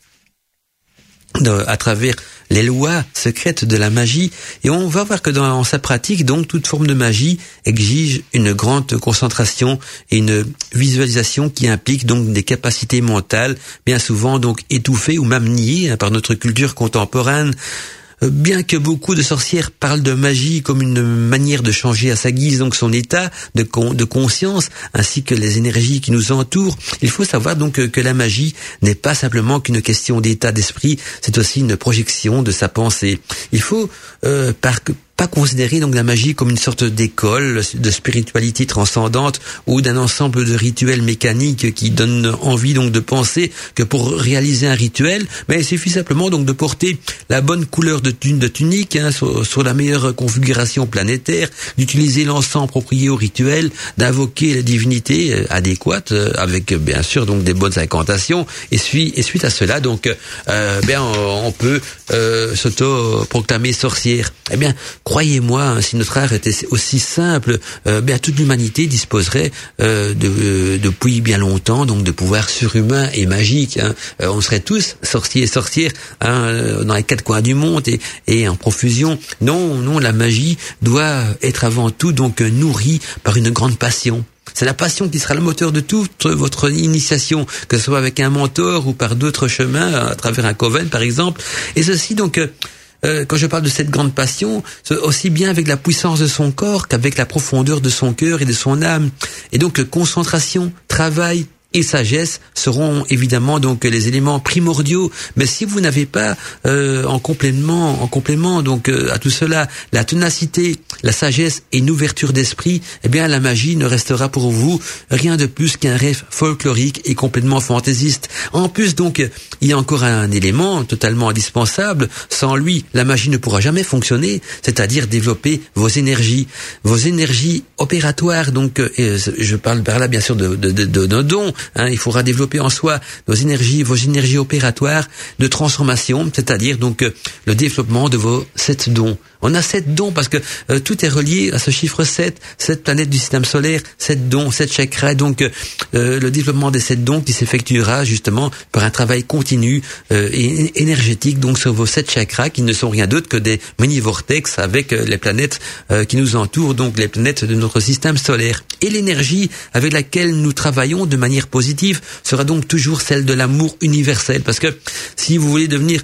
de, à travers les lois secrètes de la magie, et on va voir que dans sa pratique, donc, toute forme de magie exige une grande concentration et une visualisation qui implique donc des capacités mentales, bien souvent donc étouffées ou même niées hein, par notre culture contemporaine. Bien que beaucoup de sorcières parlent de magie comme une manière de changer à sa guise donc son état de, con, de conscience ainsi que les énergies qui nous entourent, il faut savoir donc que, que la magie n'est pas simplement qu'une question d'état d'esprit, c'est aussi une projection de sa pensée. Il faut euh, par pas considérer donc la magie comme une sorte d'école de spiritualité transcendante ou d'un ensemble de rituels mécaniques qui donnent envie donc de penser que pour réaliser un rituel, mais il suffit simplement donc de porter la bonne couleur de, thun, de tunique hein, sur, sur la meilleure configuration planétaire, d'utiliser l'encens approprié au rituel, d'invoquer les divinités adéquates avec bien sûr donc des bonnes incantations, et, suite, et suite à cela donc euh, bien on, on peut euh, s'auto-proclamer sorcière. Eh bien croyez-moi, hein, si notre art était aussi simple, euh, bien toute l'humanité disposerait euh, de, depuis bien longtemps donc de pouvoirs surhumains et magiques. Hein. Euh, on serait tous sorciers et sorcières hein, dans les quatre coins du monde et, et en profusion. Non, non, la magie doit être avant tout donc nourrie par une grande passion. C'est la passion qui sera le moteur de toute votre initiation, que ce soit avec un mentor ou par d'autres chemins, à travers un coven par exemple. Et ceci donc... Euh, Euh, quand je parle de cette grande passion, c'est aussi bien avec la puissance de son corps qu'avec la profondeur de son cœur et de son âme. Et donc, concentration, travail et sagesse seront évidemment donc les éléments primordiaux. Mais si vous n'avez pas euh, en complément, en complément donc euh, à tout cela, la ténacité, la sagesse et une ouverture d'esprit, eh bien la magie ne restera pour vous rien de plus qu'un rêve folklorique et complètement fantaisiste. En plus donc, il y a encore un élément totalement indispensable. Sans lui, la magie ne pourra jamais fonctionner, c'est-à-dire développer vos énergies, vos énergies opératoires. Donc, euh, je parle par là bien sûr de, de, de, de nos dons. Hein, il faudra développer en soi nos énergies, vos énergies opératoires de transformation, c'est-à-dire donc euh, le développement de vos sept dons. On a sept dons parce que euh, tout est relié à ce chiffre sept, sept planètes du système solaire, sept dons, sept chakras. Donc euh, le développement des sept dons qui s'effectuera justement par un travail continu euh, et énergétique donc sur vos sept chakras qui ne sont rien d'autre que des mini-vortex avec euh, les planètes euh, qui nous entourent, donc les planètes de notre système solaire. Et l'énergie avec laquelle nous travaillons de manière positive sera donc toujours celle de l'amour universel. Parce que si vous voulez devenir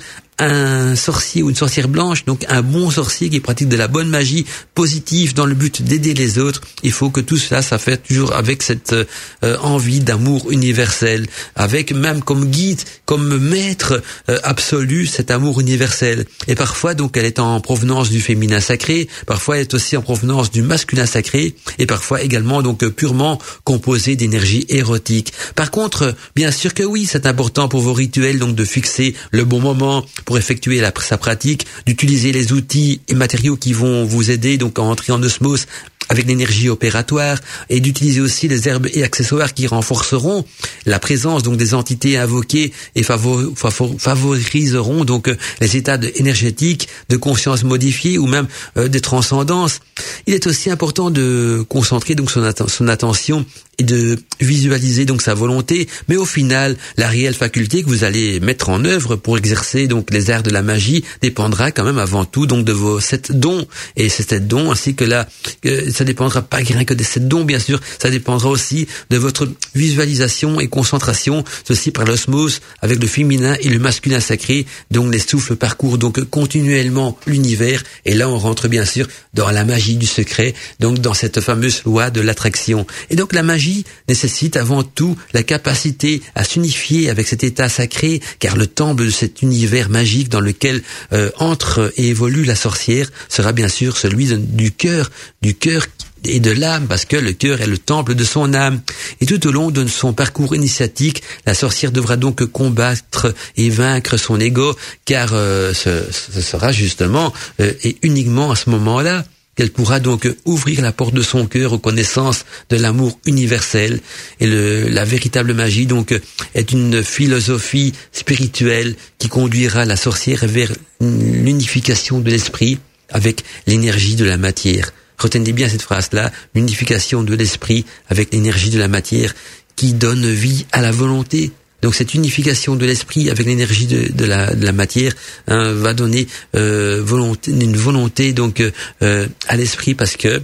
un sorcier ou une sorcière blanche, donc un bon sorcier qui pratique de la bonne magie positive dans le but d'aider les autres, il faut que tout cela, ça fait toujours avec cette euh, envie d'amour universel, avec même comme guide, comme maître euh, absolu, cet amour universel. Et parfois, donc, elle est en provenance du féminin sacré, parfois elle est aussi en provenance du masculin sacré, et parfois également donc purement composée d'énergie érotique. Par contre, bien sûr que oui, c'est important pour vos rituels donc de fixer le bon moment pour effectuer la, sa pratique, d'utiliser les outils et matériaux qui vont vous aider donc à entrer en osmose avec l'énergie opératoire, et d'utiliser aussi les herbes et accessoires qui renforceront la présence donc des entités invoquées et favor, favor, favoriseront donc les états de, énergétiques de conscience modifiés ou même euh, des transcendances. Il est aussi important de concentrer donc son, atten- son attention et de visualiser donc sa volonté, mais au final, la réelle faculté que vous allez mettre en œuvre pour exercer donc les arts de la magie dépendra quand même avant tout donc de vos sept dons, et ces sept dons ainsi que la que ça dépendra pas rien que des sept dons, bien sûr, ça dépendra aussi de votre visualisation et concentration, ceci par l'osmose avec le féminin et le masculin sacré, donc les souffles parcourent donc continuellement l'univers, et là on rentre bien sûr dans la magie du secret, donc dans cette fameuse loi de l'attraction. Et donc la magie nécessite avant tout la capacité à s'unifier avec cet état sacré, car le temple de cet univers magique dans lequel euh, entre et évolue la sorcière sera bien sûr celui de, du cœur, du cœur et de l'âme, parce que le cœur est le temple de son âme. Et tout au long de son parcours initiatique, la sorcière devra donc combattre et vaincre son ego, car euh, ce, ce sera justement euh, et uniquement à ce moment-là qu'elle pourra donc ouvrir la porte de son cœur aux connaissances de l'amour universel. Et le, la véritable magie donc est une philosophie spirituelle qui conduira la sorcière vers l'unification de l'esprit avec l'énergie de la matière. Retenez bien cette phrase-là, l'unification de l'esprit avec l'énergie de la matière qui donne vie à la volonté. Donc cette unification de l'esprit avec l'énergie de, de, la, de la matière hein, va donner euh, volonté, une volonté donc euh, à l'esprit, parce que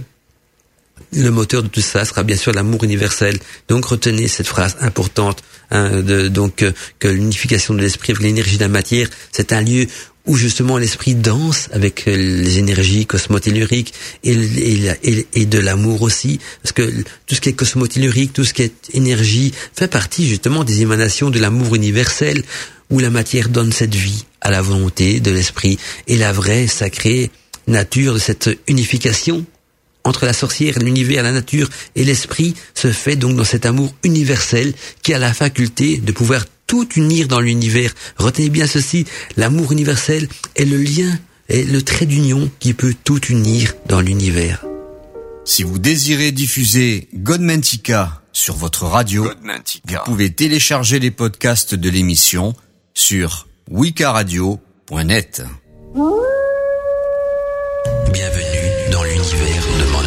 le moteur de tout ça sera bien sûr l'amour universel. Donc retenez cette phrase importante hein, de, donc euh, que l'unification de l'esprit avec l'énergie de la matière, c'est un lieu où justement l'esprit danse avec les énergies cosmotelluriques et, et, et, et de l'amour aussi, parce que tout ce qui est cosmotellurique, tout ce qui est énergie fait partie justement des émanations de l'amour universel, où la matière donne cette vie à la volonté de l'esprit, et la vraie sacrée nature de cette unification entre la sorcière, l'univers, la nature et l'esprit se fait donc dans cet amour universel qui a la faculté de pouvoir tout unir dans l'univers. Retenez bien ceci, l'amour universel est le lien, est le trait d'union qui peut tout unir dans l'univers. Si vous désirez diffuser Godmantica sur votre radio, Godmantica, vous pouvez télécharger les podcasts de l'émission sur wicca radio point net. Bienvenue dans l'univers de Mandala.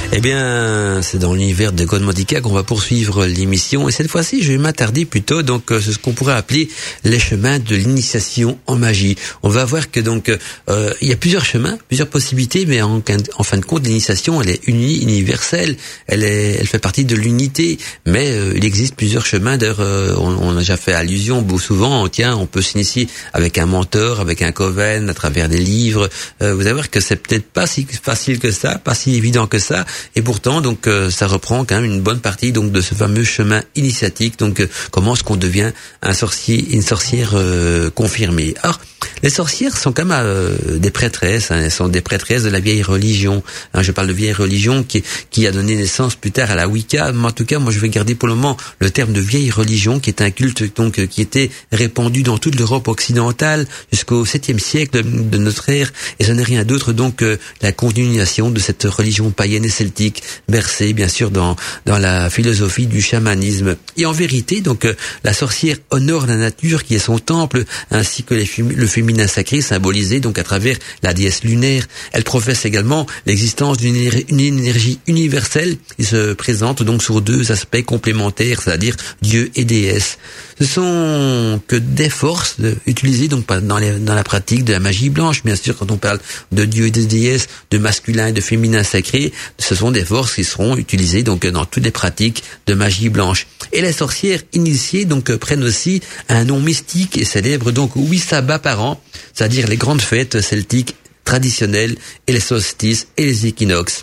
Eh bien, c'est dans l'univers de Godmantica qu'on va poursuivre l'émission. Et cette fois-ci, je vais m'attarder plutôt donc sur ce qu'on pourrait appeler les chemins de l'initiation en magie. On va voir que donc euh, il y a plusieurs chemins, plusieurs possibilités, mais en, en fin de compte, l'initiation, elle est unie, universelle. Elle est, elle fait partie de l'unité. Mais euh, il existe plusieurs chemins. D'ailleurs, euh, on, on a déjà fait allusion beaucoup souvent. Tiens, on peut s'initier avec un mentor, avec un coven, à travers des livres. Euh, vous allez voir que c'est peut-être pas si facile que ça, pas si évident que ça. Et pourtant, donc, euh, ça reprend quand même une bonne partie donc de ce fameux chemin initiatique. Donc, euh, comment est-ce qu'on devient un sorcier, une sorcière euh, confirmée. Alors, les sorcières sont quand même euh, des prêtresses. Hein, elles sont des prêtresses de la vieille religion. Hein, je parle de vieille religion qui, qui a donné naissance plus tard à la Wicca. Mais en tout cas, moi, je vais garder pour le moment le terme de vieille religion, qui est un culte donc qui était répandu dans toute l'Europe occidentale jusqu'au septième siècle de notre ère. Et ce n'est rien d'autre donc que la continuation de cette religion païenne et celtique, bercée bien sûr dans dans la philosophie du chamanisme. Et en vérité, donc la sorcière honore la nature qui est son temple, ainsi que les fém- le féminin sacré symbolisé donc à travers la déesse lunaire. Elle professe également l'existence d'une éner- une énergie universelle. Il se présente donc sur deux aspects complémentaires, c'est-à-dire Dieu et déesse. Ce sont que des forces de, utilisées donc dans, les, dans la pratique de la magie blanche. Bien sûr, quand on parle de Dieu et de déesse, de masculin et de féminin sacré, ce sont des forces qui seront utilisées donc dans toutes les pratiques de magie blanche. Et les sorcières initiées donc prennent aussi un nom mystique et célèbrent donc huit sabbats par an, c'est-à-dire les grandes fêtes celtiques traditionnelles et les solstices et les équinoxes.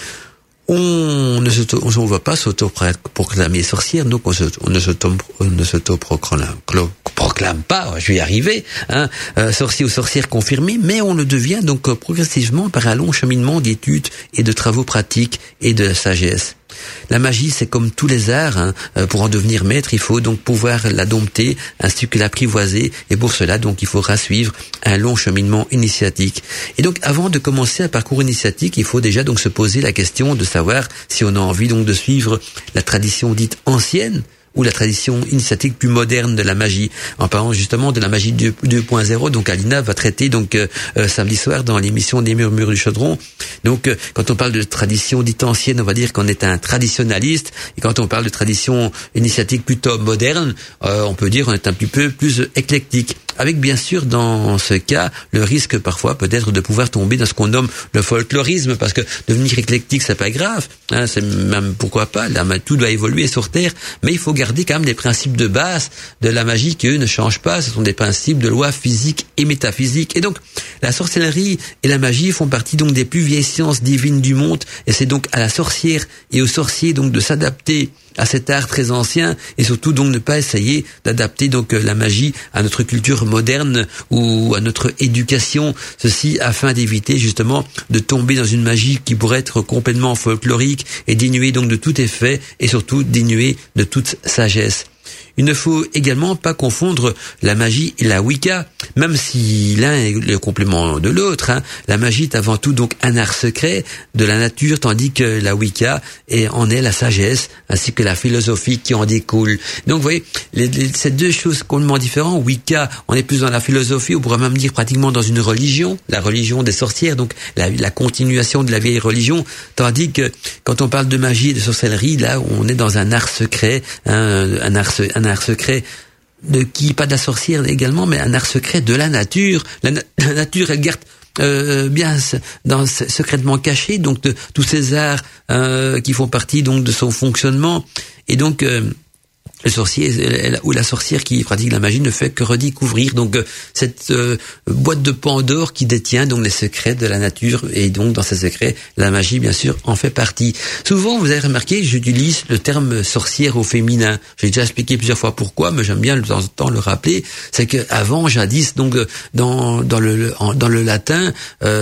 On ne s'auto, on ne va pas s'auto-proclamer sorcière, donc on, se, on ne s'auto, on ne s'auto-proclame proclame pas, je vais y arriver, hein, euh, sorcier ou sorcière confirmé, mais on le devient donc euh, progressivement par un long cheminement d'études et de travaux pratiques et de sagesse. La magie, c'est comme tous les arts, hein, euh, pour en devenir maître, il faut donc pouvoir la dompter, ainsi que l'apprivoiser, et pour cela, donc, il faudra suivre un long cheminement initiatique. Et donc, avant de commencer un parcours initiatique, il faut déjà donc se poser la question de savoir si on a envie donc de suivre la tradition dite ancienne, ou la tradition initiatique plus moderne de la magie. En parlant justement de la magie deux point zéro, donc Alina va traiter donc euh, euh, samedi soir dans l'émission des Murmures du Chaudron. Donc euh, quand on parle de tradition dite ancienne, on va dire qu'on est un traditionnaliste, et quand on parle de tradition initiatique plutôt moderne, euh, on peut dire qu'on est un petit peu plus éclectique. Avec bien sûr dans ce cas le risque parfois peut-être de pouvoir tomber dans ce qu'on nomme le folklorisme, parce que devenir éclectique c'est pas grave, hein, c'est même pourquoi pas, là, tout doit évoluer sur Terre, mais il faut garder quand même les principes de base de la magie qui eux ne changent pas. Ce sont des principes de loi physique et métaphysique. Et donc la sorcellerie et la magie font partie donc des plus vieilles sciences divines du monde, et c'est donc à la sorcière et aux sorciers donc de s'adapter à cet art très ancien, et surtout donc ne pas essayer d'adapter donc la magie à notre culture moderne ou à notre éducation, ceci afin d'éviter justement de tomber dans une magie qui pourrait être complètement folklorique et dénuée donc de tout effet, et surtout dénuée de toute sagesse. Il ne faut également pas confondre la magie et la Wicca, même si l'un est le complément de l'autre. Hein. La magie est avant tout donc un art secret de la nature, tandis que la Wicca est, en est la sagesse, ainsi que la philosophie qui en découle. Donc vous voyez, les, les, ces deux choses complètement différentes. Wicca, on est plus dans la philosophie, on pourrait même dire pratiquement dans une religion, la religion des sorcières, donc la, la continuation de la vieille religion, tandis que quand on parle de magie et de sorcellerie, là on est dans un art secret, hein, un art un art secret de qui, pas de la sorcière également, mais un art secret de la nature. La, na- la nature, elle garde euh, bien dans secrètement caché donc de tous ces arts euh, qui font partie donc de son fonctionnement. Et donc euh, le sorcier ou la sorcière qui pratique la magie ne fait que redécouvrir donc cette euh, boîte de Pandore qui détient donc les secrets de la nature, et donc dans ces secrets la magie bien sûr en fait partie. Souvent vous avez remarqué, j'utilise le terme sorcière au féminin. J'ai déjà expliqué plusieurs fois pourquoi, mais j'aime bien de temps en temps le rappeler. C'est que avant, jadis, donc dans dans le dans le latin,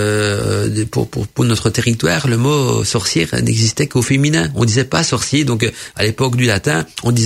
euh, pour pour pour notre territoire, le mot sorcière n'existait qu'au féminin. On disait pas sorcier, donc à l'époque du latin, on disait sorcière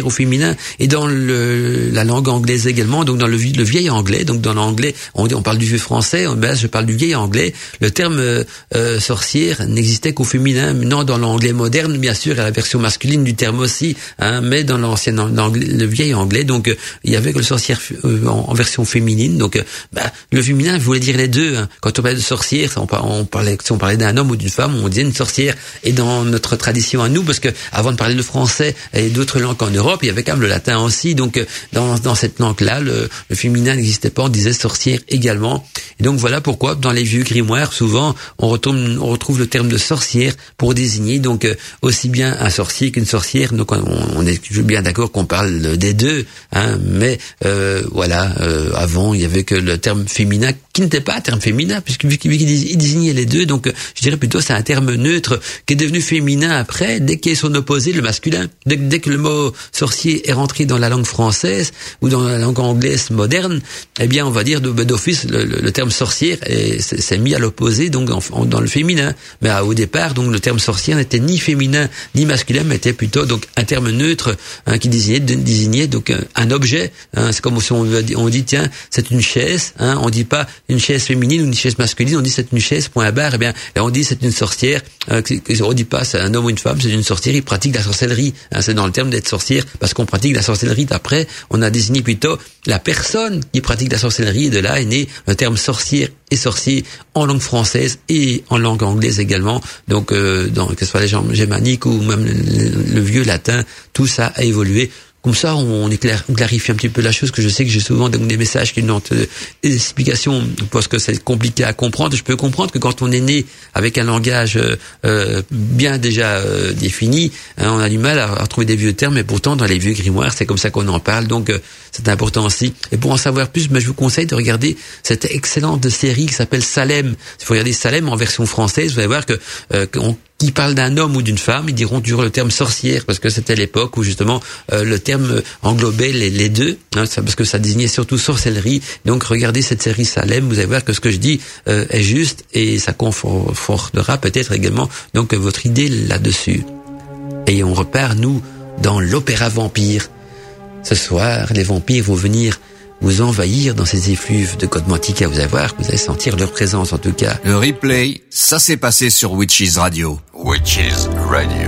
sorcière au féminin, et dans le, la langue anglaise également, donc dans le, le vieil anglais, donc dans l'anglais, on, on parle du vieux français, ben je parle du vieil anglais, le terme euh, euh, sorcière n'existait qu'au féminin. Non, dans l'anglais moderne, bien sûr, il y a la version masculine du terme aussi, hein, mais dans l'ancien anglais, le vieil anglais, donc euh, il y avait que le sorcière euh, en, en version féminine, donc euh, ben, le féminin voulait dire les deux, hein. Quand on parlait de sorcière, on, on parlait, si on parlait d'un homme ou d'une femme, on disait une sorcière. Et dans notre tradition à nous, parce que avant de parler le français et d'autres langues en Europe, il y avait quand même le latin aussi, donc dans, dans cette langue-là, le, le féminin n'existait pas, on disait sorcière également. Et donc voilà pourquoi dans les vieux grimoires, souvent, on, retourne, on retrouve le terme de sorcière pour désigner donc aussi bien un sorcier qu'une sorcière. Donc on, on est bien d'accord qu'on parle des deux, hein, mais euh, voilà, euh, avant il y avait que le terme féminin qui n'était pas un terme féminin, puisque vu qu'il désignait les deux, donc je dirais plutôt c'est un terme neutre qui est devenu féminin après, dès qu'il y a son opposé, le masculin. Dès, dès que le mot sorcier est rentré dans la langue française ou dans la langue anglaise moderne, eh bien on va dire d'office le, le, le terme sorcière s'est mis à l'opposé, donc en, dans le féminin. Mais à, au départ, donc le terme sorcière n'était ni féminin ni masculin, mais était plutôt donc un terme neutre, hein, qui désignait, désignait donc un, un objet. Hein, c'est comme si on, on dit tiens c'est une chaise. Hein, on dit pas une chaise féminine ou une chaise masculine, on dit c'est une chaise point barre. Eh bien là on dit c'est une sorcière. Euh, on dit pas c'est un homme ou une femme, c'est une sorcière, il pratique la sorcellerie. Hein, c'est dans le terme d'être sorcière parce qu'on pratique la sorcellerie. Après, on a désigné plutôt la personne qui pratique la sorcellerie, et de là est né le terme sorcière et sorcier en langue française et en langue anglaise également. Donc, euh, dans, que ce soit les langues germaniques ou même le, le vieux latin, tout ça a évolué. Comme ça, on, éclaire, on clarifie un petit peu la chose, que je sais que j'ai souvent donc des messages qui donnent des explications parce que c'est compliqué à comprendre. Je peux comprendre que quand on est né avec un langage euh, bien déjà euh, défini, hein, on a du mal à, à trouver des vieux termes, mais pourtant dans les vieux grimoires, c'est comme ça qu'on en parle, donc euh, c'est important aussi. Et pour en savoir plus, ben, je vous conseille de regarder cette excellente série qui s'appelle Salem. Si vous regardez Salem en version française, vous allez voir que euh, qu'on qui parlent d'un homme ou d'une femme, ils diront toujours le terme sorcière, parce que c'était l'époque où justement euh, le terme englobait les, les deux, hein, ça, parce que ça désignait surtout sorcellerie. Donc regardez cette série Salem, vous allez voir que ce que je dis euh, est juste, et ça confortera peut-être également donc votre idée là-dessus. Et on repart, nous, dans l'opéra vampire. Ce soir, les vampires vont venir vous envahir dans ces effluves de Godmantica. Vous allez voir, vous allez sentir leur présence en tout cas. Le replay, ça s'est passé sur Witches Radio. Witches Radio.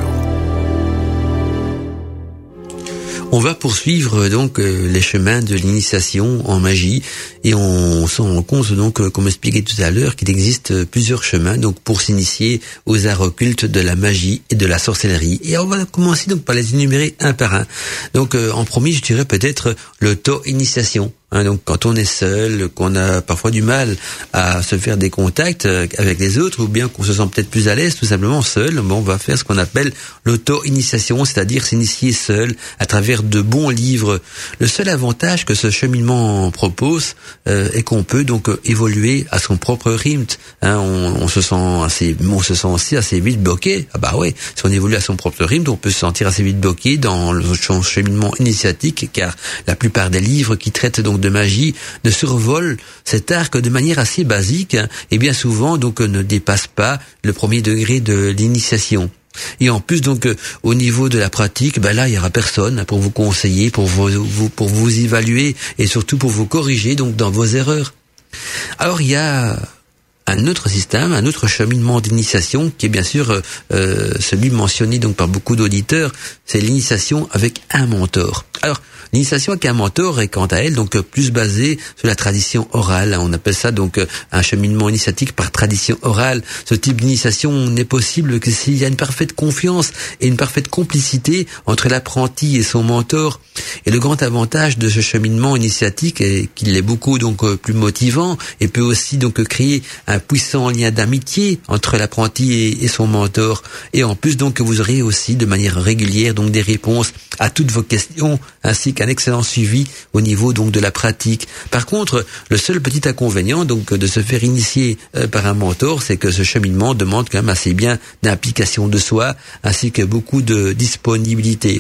On va poursuivre donc euh, les chemins de l'initiation en magie, et on s'en rend compte donc, euh, comme expliqué tout à l'heure, qu'il existe euh, plusieurs chemins donc pour s'initier aux arts occultes de la magie et de la sorcellerie. Et on va commencer donc par les énumérer un par un. Donc euh, en premier, je dirais peut-être l'auto-initiation. Hein, donc quand on est seul, qu'on a parfois du mal à se faire des contacts avec les autres, ou bien qu'on se sent peut-être plus à l'aise tout simplement seul, bon, on va faire ce qu'on appelle l'auto-initiation, c'est-à-dire s'initier seul à travers de bons livres. Le seul avantage que ce cheminement propose euh, est qu'on peut donc évoluer à son propre rythme. Hein, on, on se sent assez, on se sent aussi assez vite bloqué. Ah bah ouais, si on évolue à son propre rythme, on peut se sentir assez vite bloqué dans le cheminement initiatique, car la plupart des livres qui traitent donc de magie ne survolent cet art que de manière assez basique, hein, et bien souvent donc ne dépasse pas le premier degré de l'initiation. Et en plus donc euh, au niveau de la pratique, ben là il y aura personne pour vous conseiller, pour vous, vous pour vous évaluer et surtout pour vous corriger donc dans vos erreurs. Alors il y a un autre système, un autre cheminement d'initiation qui est bien sûr euh, celui mentionné donc par beaucoup d'auditeurs, c'est l'initiation avec un mentor. Alors l'initiation avec un mentor est quant à elle donc plus basée sur la tradition orale. On appelle ça donc un cheminement initiatique par tradition orale. Ce type d'initiation n'est possible que s'il y a une parfaite confiance et une parfaite complicité entre l'apprenti et son mentor. Et le grand avantage de ce cheminement initiatique est qu'il est beaucoup donc plus motivant et peut aussi donc créer un puissant lien d'amitié entre l'apprenti et, et son mentor. Et en plus donc vous aurez aussi de manière régulière donc des réponses à toutes vos questions ainsi qu'un excellent suivi au niveau donc de la pratique. Par contre, le seul petit inconvénient donc de se faire initier euh, par un mentor, c'est que ce cheminement demande quand même assez bien d'implication de soi ainsi que beaucoup de disponibilité.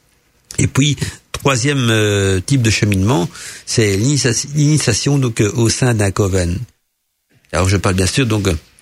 Et puis troisième euh, type de cheminement, c'est l'initiation donc euh, au sein d'un coven. Alors je parle bien sûr donc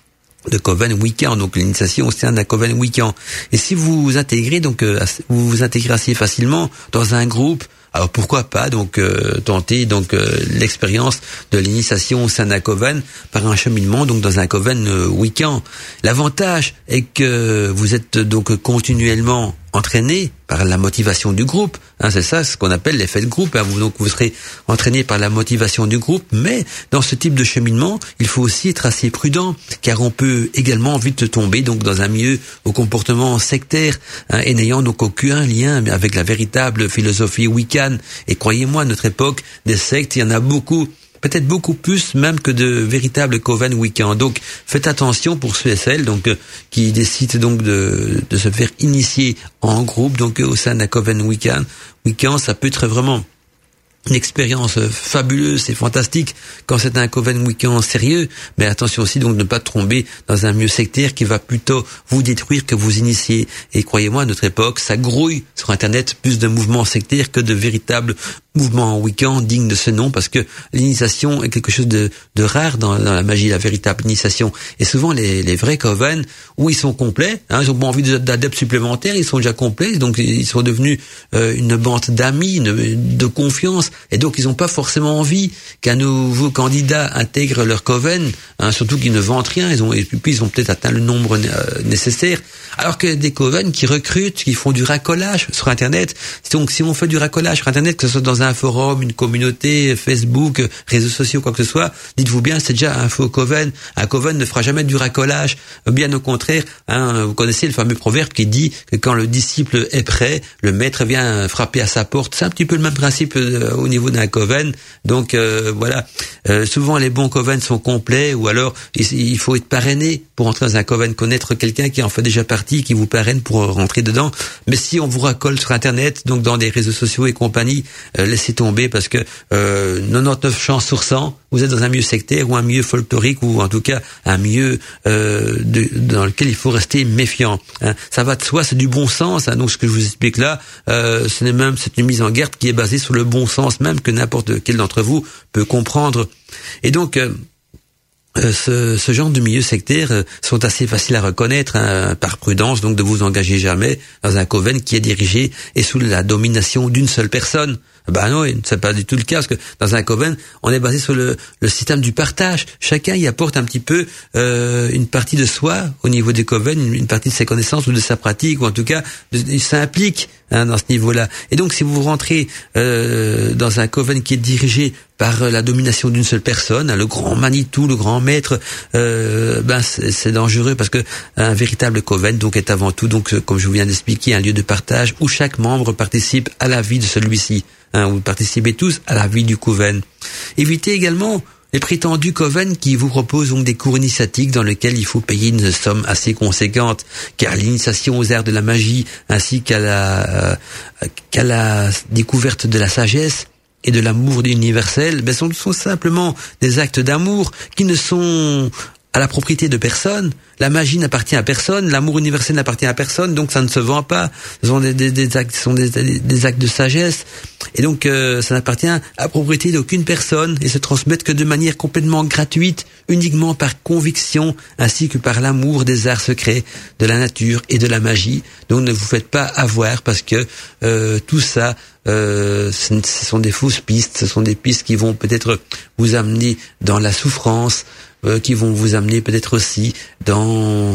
de Coven Weekend, donc l'initiation au sein d'un Coven Weekend. Et si vous vous intégrez, donc euh, vous vous intégrez assez facilement dans un groupe, alors pourquoi pas donc euh, tenter donc euh, l'expérience de l'initiation au sein d'un coven par un cheminement donc dans un coven euh, week-end. L'avantage est que vous êtes donc continuellement entraîné par la motivation du groupe, hein, c'est ça ce qu'on appelle l'effet de groupe, hein, vous, donc vous serez entraîné par la motivation du groupe, mais dans ce type de cheminement, il faut aussi être assez prudent, car on peut également vite tomber donc dans un milieu au comportement sectaire, hein, et n'ayant donc aucun lien avec la véritable philosophie Wiccan. Et croyez-moi, à notre époque, des sectes, il y en a beaucoup, peut-être beaucoup plus même que de véritables coven week-end. Donc faites attention pour ceux et celles donc euh, qui décident donc de de se faire initier en groupe donc euh, au sein d'un coven week-end. Week-end, ça peut être vraiment une expérience fabuleuse et fantastique quand c'est un coven week-end sérieux, mais attention aussi donc de ne pas tomber dans un milieu sectaire qui va plutôt vous détruire que vous initier. Et croyez-moi, à notre époque, ça grouille sur Internet plus de mouvements sectaires que de véritables mouvements en week-end dignes de ce nom, parce que l'initiation est quelque chose de, de rare dans, dans la magie, la véritable initiation. Et souvent les, les vrais coven, où ils sont complets, hein, ils ont pas envie d'adeptes supplémentaires, ils sont déjà complets, donc ils sont devenus euh, une bande d'amis, une, de confiance. Et donc, ils n'ont pas forcément envie qu'un nouveau candidat intègre leur coven, hein, surtout qu'ils ne vendent rien. Ils ont, et puis, ils ont peut-être atteint le nombre euh, nécessaire. Alors que des coven qui recrutent, qui font du racolage sur Internet. Donc, si on fait du racolage sur Internet, que ce soit dans un forum, une communauté, Facebook, réseaux sociaux, quoi que ce soit, dites-vous bien, c'est déjà un faux coven. Un coven ne fera jamais du racolage. Bien au contraire, hein, vous connaissez le fameux proverbe qui dit que quand le disciple est prêt, le maître vient frapper à sa porte. C'est un petit peu le même principe euh, au niveau d'un coven. Donc euh, voilà, euh, souvent les bons coven sont complets, ou alors il, il faut être parrainé pour entrer dans un coven, connaître quelqu'un qui en fait déjà partie, qui vous parraine pour rentrer dedans. Mais si on vous racole sur Internet, donc dans des réseaux sociaux et compagnie, euh, laissez tomber, parce que euh, quatre-vingt-dix-neuf chances sur cent, vous êtes dans un milieu sectaire ou un milieu folklorique, ou en tout cas un milieu euh, de, dans lequel il faut rester méfiant. Hein. Ça va de soi, c'est du bon sens. Hein. Donc ce que je vous explique là, euh, ce n'est même c'est une mise en garde qui est basée sur le bon sens même que n'importe quel d'entre vous peut comprendre. Et donc euh, Euh, ce, ce genre de milieux sectaires euh, sont assez faciles à reconnaître, hein, par prudence, donc de vous engager jamais dans un coven qui est dirigé et sous la domination d'une seule personne. Ben non, c'est pas du tout le cas, parce que dans un coven, on est basé sur le, le système du partage. Chacun y apporte un petit peu euh, une partie de soi au niveau du coven, une, une partie de ses connaissances ou de sa pratique, ou en tout cas, de, il s'implique, hein, dans ce niveau-là. Et donc, si vous rentrez euh, dans un coven qui est dirigé par la domination d'une seule personne, hein, le grand Manitou, le grand maître, euh, ben c'est, c'est dangereux, parce que un véritable coven donc est avant tout, donc comme je vous viens d'expliquer, un lieu de partage où chaque membre participe à la vie de celui-ci. Hein, vous participez tous à la vie du coven. Évitez également les prétendus coven qui vous proposent donc des cours initiatiques dans lesquels il faut payer une somme assez conséquente, car l'initiation aux arts de la magie ainsi qu'à la euh, qu'à la découverte de la sagesse et de l'amour universel, ben sont, sont simplement des actes d'amour qui ne sont à la propriété de personne. La magie n'appartient à personne, l'amour universel n'appartient à personne, donc ça ne se vend pas. Ce sont des, des, des actes, ce sont des, des actes de sagesse, et donc euh, ça n'appartient à propriété d'aucune personne, et se transmettent que de manière complètement gratuite, uniquement par conviction, ainsi que par l'amour des arts secrets, de la nature et de la magie. Donc ne vous faites pas avoir, parce que euh, tout ça, euh, ce, ce sont des fausses pistes, ce sont des pistes qui vont peut-être vous amener dans la souffrance, euh, qui vont vous amener peut-être aussi dans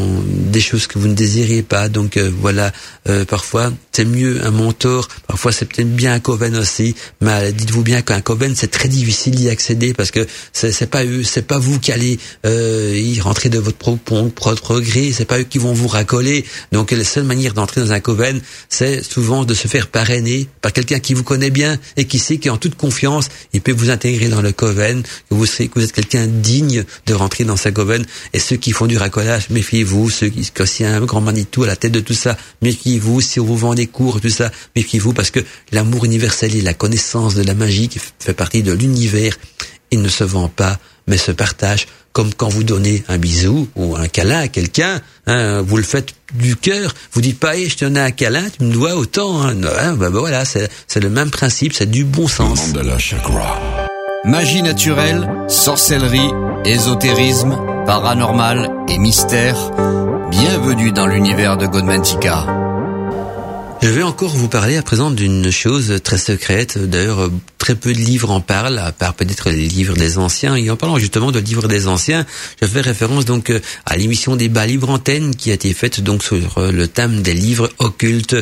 des choses que vous ne désirez pas. Donc euh, voilà, euh, parfois c'est mieux un mentor, parfois c'est peut-être bien un coven aussi, mais dites-vous bien qu'un coven c'est très difficile d'y accéder, parce que c'est, c'est pas eux, c'est pas vous qui allez euh, y rentrer de votre propre, propre gré, c'est pas eux qui vont vous racoler. Donc la seule manière d'entrer dans un coven, c'est souvent de se faire parrainer par quelqu'un qui vous connaît bien et qui sait qu'en toute confiance il peut vous intégrer dans le coven, que vous savez que vous êtes quelqu'un digne de rentrer dans sa coven. Et ceux qui font du racolage, méfiez-vous. Ceux qui, quand il y a un grand Manitou à la tête de tout ça, méfiez-vous. Si on vous vend des cours, tout ça, méfiez-vous, parce que l'amour universel et la connaissance de la magie qui fait partie de l'univers, il ne se vend pas, mais se partage. Comme quand vous donnez un bisou ou un câlin à quelqu'un, hein, vous le faites du cœur. Vous dites pas, hey, je te donne un câlin, tu me dois autant. Hein. Ben, ben voilà, c'est, c'est le même principe, c'est du bon sens. Magie naturelle, sorcellerie, ésotérisme, paranormal et mystère, bienvenue dans l'univers de Godmantica. Je vais encore vous parler à présent d'une chose très secrète. D'ailleurs, très peu de livres en parlent, à part peut-être les livres des anciens. Et en parlant justement de livres des anciens, je fais référence donc à l'émission Débat Libre Antenne qui a été faite donc sur le thème des livres occultes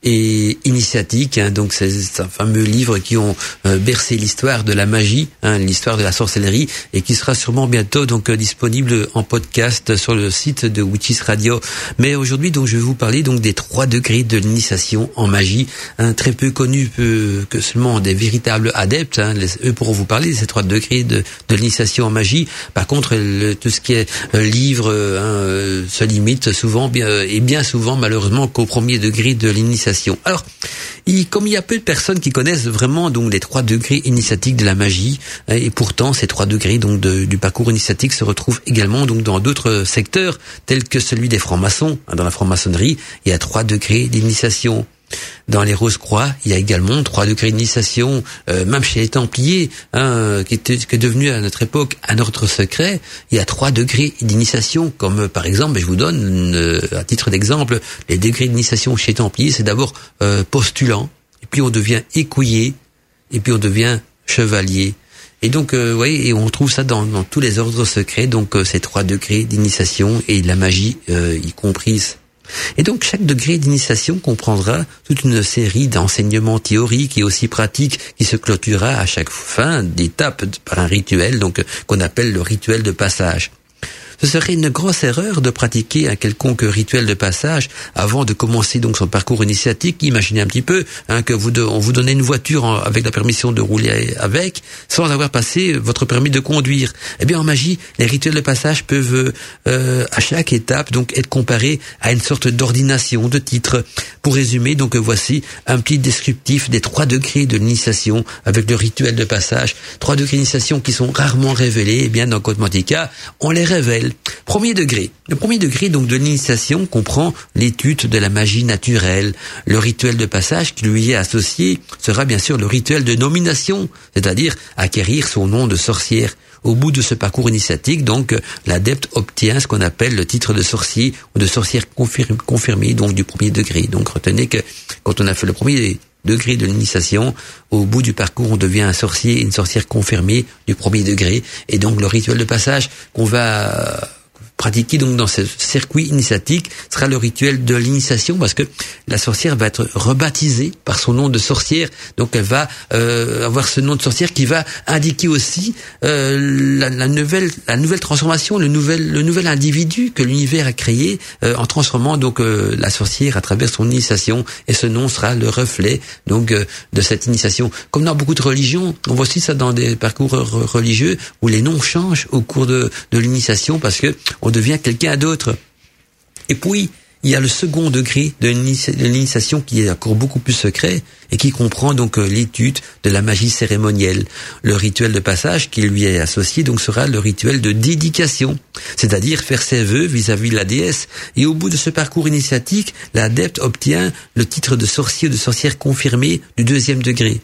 et initiatiques. Hein. Donc c'est un fameux livre qui ont euh, bercé l'histoire de la magie, hein, l'histoire de la sorcellerie, et qui sera sûrement bientôt donc euh, disponible en podcast sur le site de Witches Radio. Mais aujourd'hui donc je vais vous parler donc des trois degrés de l'initiation en magie, hein, très peu connus peu, que seulement des véritables adeptes. Hein, les, eux pourront vous parler de ces trois degrés de, de l'initiation en magie. Par contre, le, tout ce qui est euh, livre hein, euh, se limite souvent bien, euh, et bien souvent malheureusement qu'au premier degré de l'initiation. Alors, il, comme il y a peu de personnes qui connaissent vraiment donc les trois degrés initiatiques de la magie, hein, et pourtant ces trois degrés donc de, du parcours initiatique se retrouvent également donc dans d'autres secteurs tels que celui des francs-maçons. Hein, dans la franc-maçonnerie, il y a trois degrés d'initiation. Dans les Rose-Croix, il y a également trois degrés d'initiation, euh, même chez les Templiers, hein, qui, était, qui est devenu à notre époque un ordre secret, il y a trois degrés d'initiation, comme euh, par exemple, je vous donne euh, à titre d'exemple, les degrés d'initiation chez les Templiers, c'est d'abord euh, postulant, et puis on devient écuyer, et puis on devient chevalier. Et donc, euh, vous voyez, et on trouve ça dans, dans tous les ordres secrets, donc euh, ces trois degrés d'initiation et la magie euh, y comprise. Et donc chaque degré d'initiation comprendra toute une série d'enseignements théoriques et aussi pratiques qui se clôturera à chaque fin d'étape par un rituel donc qu'on appelle le rituel de passage. Ce serait une grosse erreur de pratiquer un quelconque rituel de passage avant de commencer donc son parcours initiatique. Imaginez un petit peu hein, que vous de, on vous donnait une voiture en, avec la permission de rouler avec, sans avoir passé votre permis de conduire. Eh bien en magie, les rituels de passage peuvent euh, à chaque étape donc être comparés à une sorte d'ordination de titre. Pour résumer, donc voici un petit descriptif des trois degrés de l'initiation avec le rituel de passage. Trois degrés d'initiation qui sont rarement révélés. Eh bien dans Godmantica, on les révèle. Premier degré. Le premier degré donc de l'initiation comprend l'étude de la magie naturelle. Le rituel de passage qui lui est associé sera bien sûr le rituel de nomination, c'est-à-dire acquérir son nom de sorcière. Au bout de ce parcours initiatique, donc, l'adepte obtient ce qu'on appelle le titre de sorcier ou de sorcière confirmée, donc du premier degré. Donc retenez que quand on a fait le premier degré de l'initiation, au bout du parcours, on devient un sorcier et une sorcière confirmée du premier degré. Et donc, le rituel de passage qu'on va pratiquer donc dans ce circuit initiatique sera le rituel de l'initiation parce que la sorcière va être rebaptisée par son nom de sorcière. Donc, elle va euh, avoir ce nom de sorcière qui va indiquer aussi euh, la, la nouvelle, la nouvelle transformation, le nouvel, le nouvel individu que l'univers a créé euh, en transformant donc euh, la sorcière à travers son initiation. Et ce nom sera le reflet donc euh, de cette initiation. Comme dans beaucoup de religions, on voit aussi ça dans des parcours religieux où les noms changent au cours de, de l'initiation parce que on devient quelqu'un d'autre. Et puis, il y a le second degré de l'initiation qui est encore beaucoup plus secret et qui comprend donc l'étude de la magie cérémonielle. Le rituel de passage qui lui est associé donc sera le rituel de dédication, c'est-à-dire faire ses vœux vis-à-vis de la déesse. Et au bout de ce parcours initiatique, l'adepte obtient le titre de sorcier ou de sorcière confirmé du deuxième degré.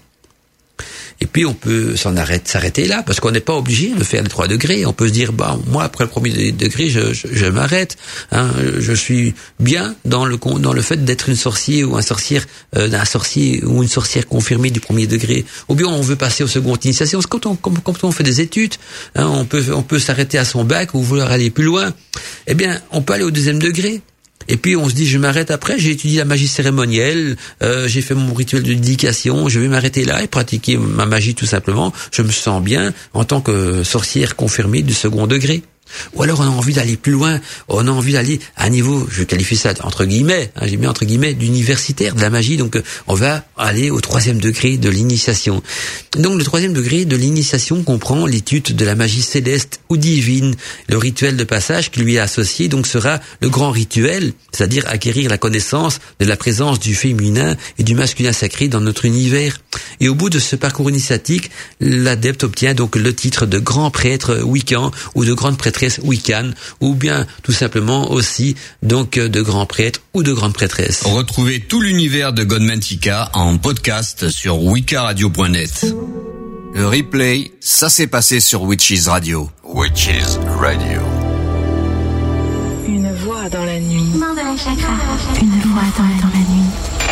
Et puis on peut s'en arrêter, s'arrêter là, parce qu'on n'est pas obligé de faire les trois degrés. On peut se dire, bah moi après le premier degré, je, je, je m'arrête. Hein, je suis bien dans le dans le fait d'être une sorcière ou un sorcière, euh, un sorcier ou une sorcière confirmée du premier degré. Ou bien on veut passer au second initiation. C'est quand on quand, quand on fait des études, hein, on peut on peut s'arrêter à son bac ou vouloir aller plus loin. Eh bien, on peut aller au deuxième degré. Et puis on se dit je m'arrête après, j'ai étudié la magie cérémonielle, euh, j'ai fait mon rituel de dédication, je vais m'arrêter là et pratiquer ma magie tout simplement. Je me sens bien en tant que sorcière confirmée du second degré. Ou alors on a envie d'aller plus loin, on a envie d'aller à un niveau, je qualifie ça entre guillemets, hein, j'ai mis entre guillemets d'universitaire de la magie, donc on va aller au troisième degré de l'initiation. Donc le troisième degré de l'initiation comprend l'étude de la magie céleste ou divine. Le rituel de passage qui lui est associé donc sera le grand rituel, c'est-à-dire acquérir la connaissance de la présence du féminin et du masculin sacré dans notre univers. Et au bout de ce parcours initiatique, l'adepte obtient donc le titre de grand prêtre wiccan ou de grande prêtresse wiccan, ou bien tout simplement aussi donc de grand prêtre ou de grande prêtresse. Retrouvez tout l'univers de Godmantica en podcast sur wicca radio point net. Le replay, ça s'est passé sur Witches Radio. Witches Radio. voix dans la nuit. Mandala Chakra. Une voix dans la, dans la nuit.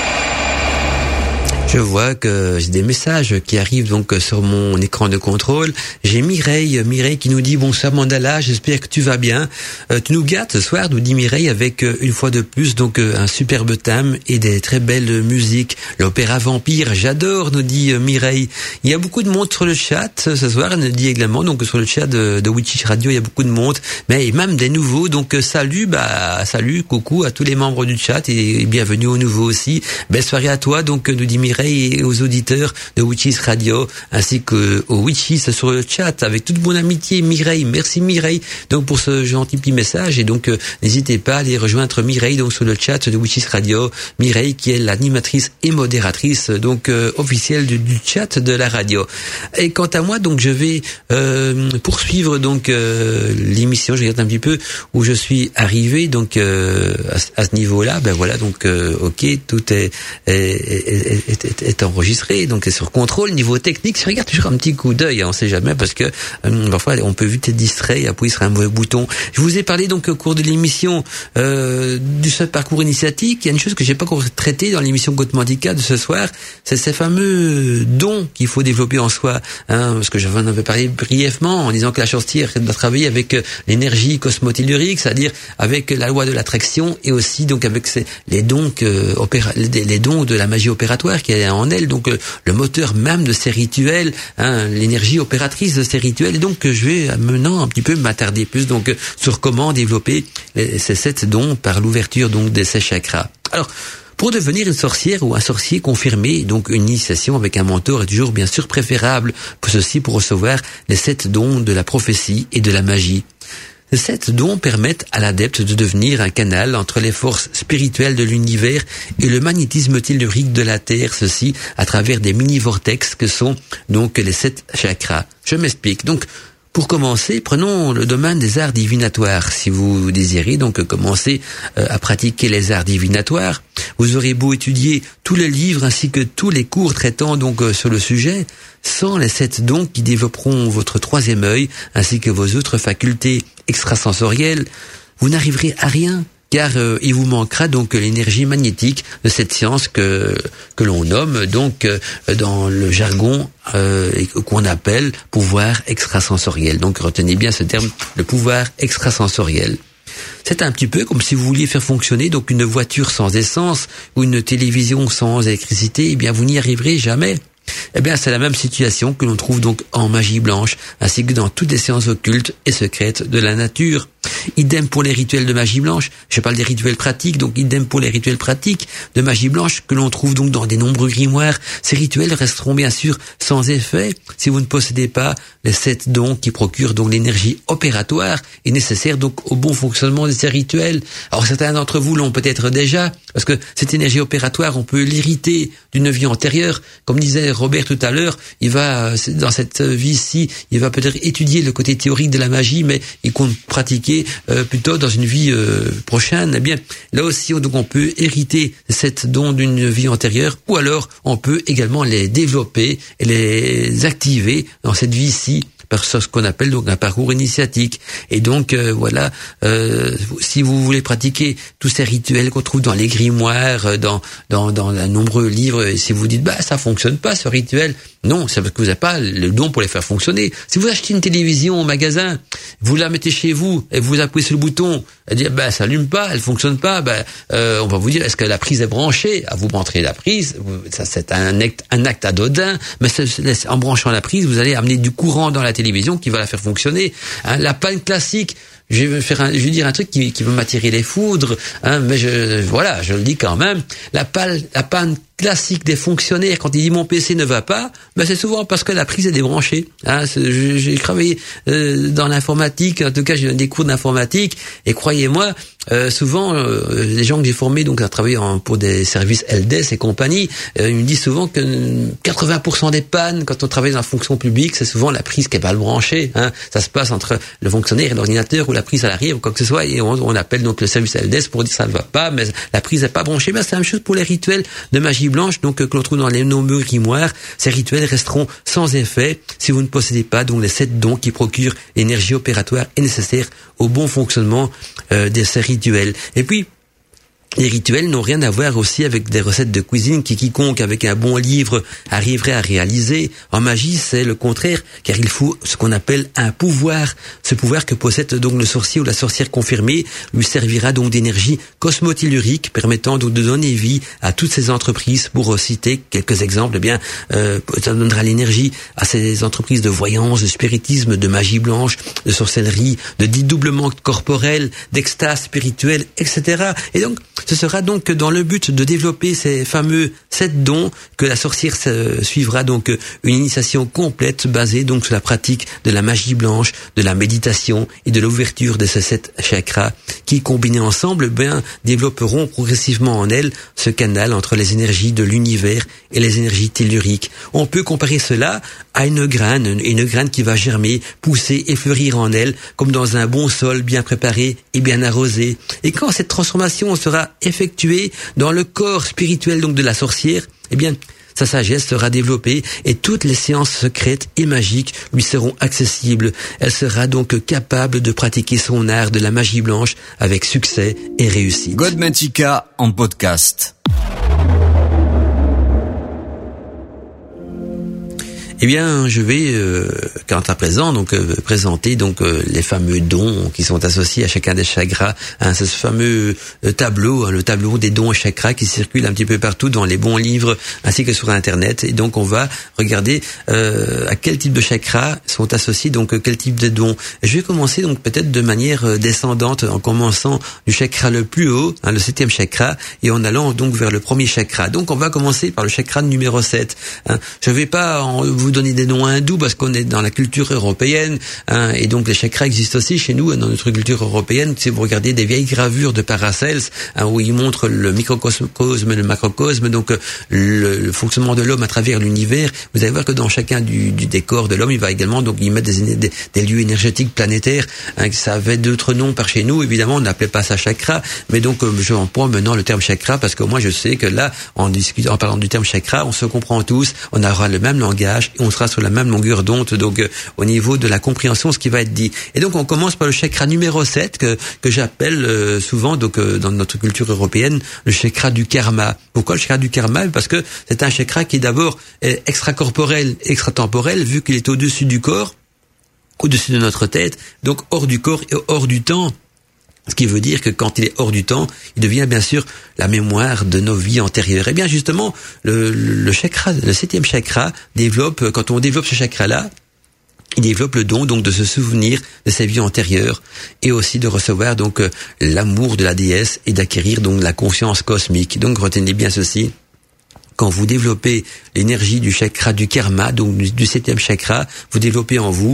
Je vois que j'ai des messages qui arrivent donc sur mon écran de contrôle. J'ai Mireille, Mireille qui nous dit bonsoir Mandala, j'espère que tu vas bien. Euh, tu nous gâtes ce soir, nous dit Mireille, avec euh, une fois de plus donc euh, un superbe thème et des très belles musiques. L'opéra Vampire, j'adore, nous dit euh, Mireille. Il y a beaucoup de monde sur le chat ce soir, elle nous dit également donc sur le chat de, de Witchy Radio, il y a beaucoup de monde, mais même des nouveaux. Donc euh, salut, bah salut, coucou à tous les membres du chat et, et bienvenue aux nouveaux aussi. Belle soirée à toi, donc nous dit Mireille, et aux auditeurs de Witchy Radio ainsi que aux Witchy sur le chat avec toute mon amitié. Mireille, merci Mireille donc pour ce gentil petit message et donc euh, n'hésitez pas à aller rejoindre Mireille donc sur le chat de Witchy Radio. Mireille qui est l'animatrice et modératrice donc euh, officielle du, du chat de la radio. Et quant à moi donc je vais euh, poursuivre donc euh, l'émission. Je regarde un petit peu où je suis arrivé donc euh, à, à ce niveau-là. Ben voilà donc euh, ok, tout est est, est, est, est est enregistré, donc est sur contrôle. Niveau technique, je regarde toujours un petit coup d'œil, hein, on sait jamais, parce que euh, parfois on peut vite être distrait et appuyer sur un mauvais bouton. Je vous ai parlé donc au cours de l'émission euh, du ce parcours initiatique. Il y a une chose que j'ai pas encore traitée dans l'émission Godmantica de ce soir, c'est ces fameux dons qu'il faut développer en soi, hein, parce que j'en avais parlé brièvement en disant que la chantière doit travailler avec euh, l'énergie cosmotellurique, c'est-à-dire avec la loi de l'attraction et aussi donc avec ces, les dons que, opéra, les, les dons de la magie opératoire qui est en elle, donc euh, le moteur même de ces rituels, hein, l'énergie opératrice de ces rituels. Et donc euh, je vais maintenant un petit peu m'attarder plus donc euh, sur comment développer les, ces sept dons par l'ouverture donc de ces chakras. Alors, pour devenir une sorcière ou un sorcier confirmé, donc une initiation avec un mentor est toujours bien sûr préférable, pour ceci pour recevoir les sept dons de la prophétie et de la magie. Ces sept dons permettent à l'adepte de devenir un canal entre les forces spirituelles de l'univers et le magnétisme tellurique de la Terre, ceci à travers des mini-vortex que sont donc les sept chakras. Je m'explique. Donc, pour commencer, prenons le domaine des arts divinatoires. Si vous désirez donc commencer euh, à pratiquer les arts divinatoires, vous aurez beau étudier tous les livres ainsi que tous les cours traitant donc euh, sur le sujet, sans les sept dons qui développeront votre troisième œil ainsi que vos autres facultés extrasensorielles, vous n'arriverez à rien. Car euh, il vous manquera donc l'énergie magnétique de cette science que que l'on nomme donc euh, dans le jargon euh, qu'on appelle pouvoir extrasensoriel. Donc retenez bien ce terme, le pouvoir extrasensoriel. C'est un petit peu comme si vous vouliez faire fonctionner donc une voiture sans essence ou une télévision sans électricité. Eh bien, vous n'y arriverez jamais. Eh bien, c'est la même situation que l'on trouve donc en magie blanche, ainsi que dans toutes les séances occultes et secrètes de la nature. Idem pour les rituels de magie blanche. Je parle des rituels pratiques, donc idem pour les rituels pratiques de magie blanche que l'on trouve donc dans des nombreux grimoires. Ces rituels resteront bien sûr sans effet si vous ne possédez pas les sept dons qui procurent donc l'énergie opératoire et nécessaire donc au bon fonctionnement de ces rituels. Alors certains d'entre vous l'ont peut-être déjà, parce que cette énergie opératoire, on peut l'hériter d'une vie antérieure. Comme disait Robert tout à l'heure, il va, dans cette vie-ci, il va peut-être étudier le côté théorique de la magie, mais il compte pratiquer euh, plutôt dans une vie euh, prochaine. Eh bien, là aussi, donc on peut hériter cette don d'une vie antérieure, ou alors on peut également les développer et les activer dans cette vie-ci par ce qu'on appelle donc un parcours initiatique. Et donc euh, voilà, euh, si vous voulez pratiquer tous ces rituels qu'on trouve dans les grimoires, dans dans dans de nombreux livres, et si vous dites bah ça fonctionne pas ce rituel, non, c'est parce que vous n'avez pas le don pour les faire fonctionner. Si vous achetez une télévision au magasin, vous la mettez chez vous et vous appuyez sur le bouton, elle dit bah ça allume pas, elle fonctionne pas, bah euh, on va vous dire est-ce que la prise est branchée? À vous brancher la prise, ça c'est un acte un acte anodin, mais c'est, en branchant la prise, vous allez amener du courant dans la télévision qui va la faire fonctionner. Hein, la panne classique, je vais faire un, je vais dire un truc qui, qui va m'attirer les foudres, hein, mais je, voilà, je le dis quand même. La panne, la panne classique des fonctionnaires quand il dit mon P C ne va pas, ben c'est souvent parce que la prise est débranchée. Hein, c'est, j'ai travaillé euh, dans l'informatique, en tout cas j'ai donné des cours d'informatique, et croyez-moi, euh, souvent euh, les gens que j'ai formés donc à travailler en, pour des services L D S et compagnie, euh, ils me disent souvent que quatre-vingts pour cent des pannes quand on travaille dans la fonction publique, c'est souvent la prise qui est mal branchée. Hein, ça se passe entre le fonctionnaire et l'ordinateur ou la prise à l'arrière ou quoi que ce soit, et on, on appelle donc le service L D S pour dire ça ne va pas, mais la prise n'est pas branchée. Ben c'est la même chose pour les rituels de magie blanche, donc que l'on trouve dans les nombreux grimoires. Ces rituels resteront sans effet si vous ne possédez pas donc les sept dons qui procurent l'énergie opératoire et nécessaire au bon fonctionnement euh, de ces rituels. Et puis, les rituels n'ont rien à voir aussi avec des recettes de cuisine qui quiconque avec un bon livre arriverait à réaliser. En magie, c'est le contraire, car il faut ce qu'on appelle un pouvoir. Ce pouvoir que possède donc le sorcier ou la sorcière confirmée lui servira donc d'énergie cosmotellurique permettant donc de donner vie à toutes ces entreprises. Pour citer quelques exemples, eh bien, euh, ça donnera l'énergie à ces entreprises de voyance, de spiritisme, de magie blanche, de sorcellerie, de dédoublement corporel, d'extase spirituelle, et cetera. Et donc, ce sera donc dans le but de développer ces fameux sept dons que la sorcière suivra donc une initiation complète basée donc sur la pratique de la magie blanche, de la méditation et de l'ouverture de ces sept chakras qui, combinés ensemble, bien développeront progressivement en elle ce canal entre les énergies de l'univers et les énergies telluriques. On peut comparer cela à une graine, une graine qui va germer, pousser et fleurir en elle comme dans un bon sol bien préparé et bien arrosé. Et quand cette transformation sera effectuée dans le corps spirituel donc de la sorcière, eh bien, sa sagesse sera développée et toutes les séances secrètes et magiques lui seront accessibles. Elle sera donc capable de pratiquer son art de la magie blanche avec succès et réussite. Godmantica en podcast. Eh bien, je vais, euh, quant à présent, donc euh, présenter donc euh, les fameux dons qui sont associés à chacun des chakras. Hein, c'est ce fameux euh, tableau, hein, le tableau des dons et chakras qui circule un petit peu partout dans les bons livres ainsi que sur Internet. Et donc, on va regarder euh, à quel type de chakras sont associés donc euh, quel type de dons. Et je vais commencer donc peut-être de manière euh, descendante en commençant du chakra le plus haut, hein, le septième chakra, et en allant donc vers le premier chakra. Donc, on va commencer par le chakra numéro sept. Hein. Je ne vais pas en, vous donner des noms hindous parce qu'on est dans la culture européenne, hein, et donc les chakras existent aussi chez nous dans notre culture européenne. Si vous regardez des vieilles gravures de Paracels, hein, où ils montrent le microcosme et le macrocosme, donc le, le fonctionnement de l'homme à travers l'univers, vous allez voir que dans chacun du, du décor de l'homme, il va également donc y mettre des, des, des lieux énergétiques planétaires. Hein, ça avait d'autres noms par chez nous, évidemment, on n'appelait pas ça chakra, mais donc euh, je emploie maintenant le terme chakra parce que moi je sais que là, en discutant, en parlant du terme chakra, on se comprend tous, on aura le même langage et on sera sur la même longueur d'onde, donc euh, au niveau de la compréhension, ce qui va être dit. Et donc on commence par le chakra numéro sept que que j'appelle euh, souvent donc euh, dans notre culture européenne le chakra du karma. Pourquoi le chakra du karma? Parce que c'est un chakra qui est d'abord est extracorporel, extratemporel, vu qu'il est au-dessus du corps, au-dessus de notre tête, donc hors du corps et hors du temps. Ce qui veut dire que quand il est hors du temps, il devient bien sûr la mémoire de nos vies antérieures. Et bien justement, le, le chakra, le septième chakra développe, quand on développe ce chakra-là, il développe le don donc de se souvenir de sa vie antérieure et aussi de recevoir donc euh, l'amour de la déesse et d'acquérir donc la conscience cosmique. Donc retenez bien ceci. Quand vous développez l'énergie du chakra du karma, donc du, du septième chakra, vous développez en vous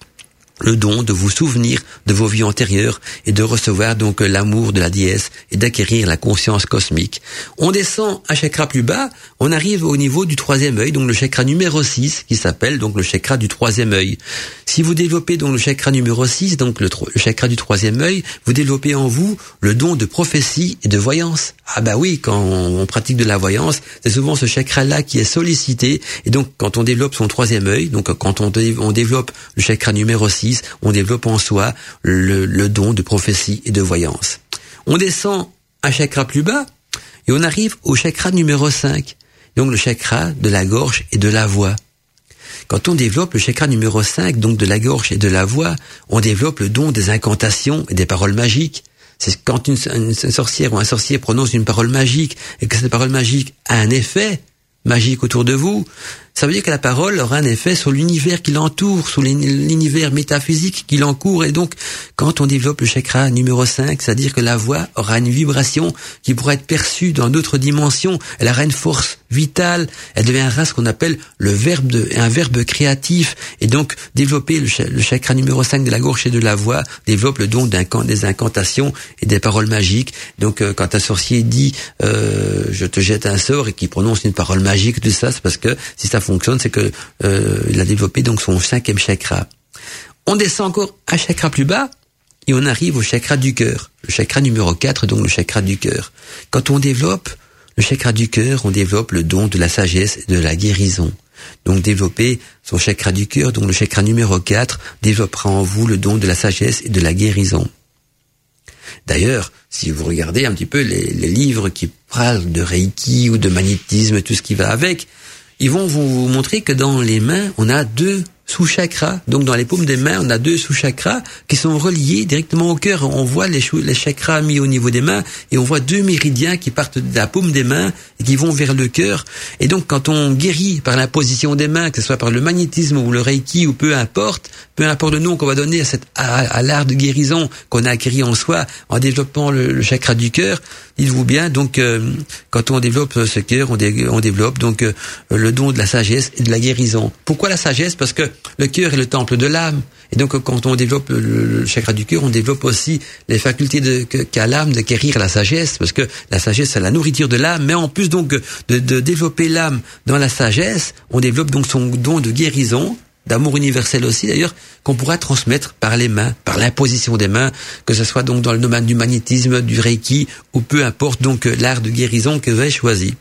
le don de vous souvenir de vos vies antérieures et de recevoir donc l'amour de la déesse et d'acquérir la conscience cosmique. On descend un chakra plus bas, on arrive au niveau du troisième œil, donc le chakra numéro six, qui s'appelle donc le chakra du troisième œil. Si vous développez donc le chakra numéro six, donc le, le chakra du troisième œil, vous développez en vous le don de prophétie et de voyance. Ah bah oui, quand on, on pratique de la voyance, c'est souvent ce chakra-là qui est sollicité. Et donc, quand on développe son troisième œil, donc quand on, dé, on développe le chakra numéro six, on développe en soi le, le don de prophétie et de voyance. On descend un chakra plus bas et on arrive au chakra numéro cinq, donc le chakra de la gorge et de la voix. Quand on développe le chakra numéro cinq, donc de la gorge et de la voix, on développe le don des incantations et des paroles magiques. C'est quand une, une sorcière ou un sorcier prononce une parole magique et que cette parole magique a un effet magique autour de vous, ça veut dire que la parole aura un effet sur l'univers qui l'entoure, sur l'univers métaphysique qui l'encourt. Et donc, quand on développe le chakra numéro cinq, c'est-à-dire que la voix aura une vibration qui pourra être perçue dans d'autres dimensions. Elle aura une force vitale. Elle deviendra ce qu'on appelle le verbe de, un verbe créatif. Et donc, développer le, ch le chakra numéro cinq de la gorge et de la voix développe le don des incantations et des paroles magiques. Donc, euh, quand un sorcier dit euh, « je te jette un sort » et qu'il prononce une parole magique, tout ça, c'est parce que si ça fonctionne, c'est que euh, il a développé donc son cinquième chakra. On descend encore un chakra plus bas et on arrive au chakra du cœur. Le chakra numéro quatre, donc le chakra du cœur. Quand on développe le chakra du cœur, on développe le don de la sagesse et de la guérison. Donc développer son chakra du cœur, donc le chakra numéro quatre, développera en vous le don de la sagesse et de la guérison. D'ailleurs, si vous regardez un petit peu les, les livres qui parlent de Reiki ou de magnétisme, tout ce qui va avec, ils vont vous montrer que dans les mains, on a deux sous-chakras. Donc dans les paumes des mains, on a deux sous-chakras qui sont reliés directement au cœur. On voit les, les chakras mis au niveau des mains et on voit deux méridiens qui partent de la paume des mains et qui vont vers le cœur. Et donc quand on guérit par la position des mains, que ce soit par le magnétisme ou le Reiki ou peu importe, peu importe le nom qu'on va donner à, cette, à, à l'art de guérison qu'on a acquis en soi en développant le, le chakra du cœur, dites-vous bien, donc euh, quand on développe ce cœur, on, dé, on développe donc euh, le don de la sagesse et de la guérison. Pourquoi la sagesse? Parce que le cœur est le temple de l'âme. Et donc, quand on développe le, le chakra du cœur, on développe aussi les facultés de, qu'a l'âme d'acquérir la sagesse, parce que la sagesse, c'est la nourriture de l'âme. Mais en plus, donc, de, de développer l'âme dans la sagesse, on développe donc son don de guérison, d'amour universel aussi, d'ailleurs, qu'on pourra transmettre par les mains, par l'imposition des mains, que ce soit donc dans le domaine du magnétisme, du Reiki, ou peu importe, donc, l'art de guérison que vous avez choisi.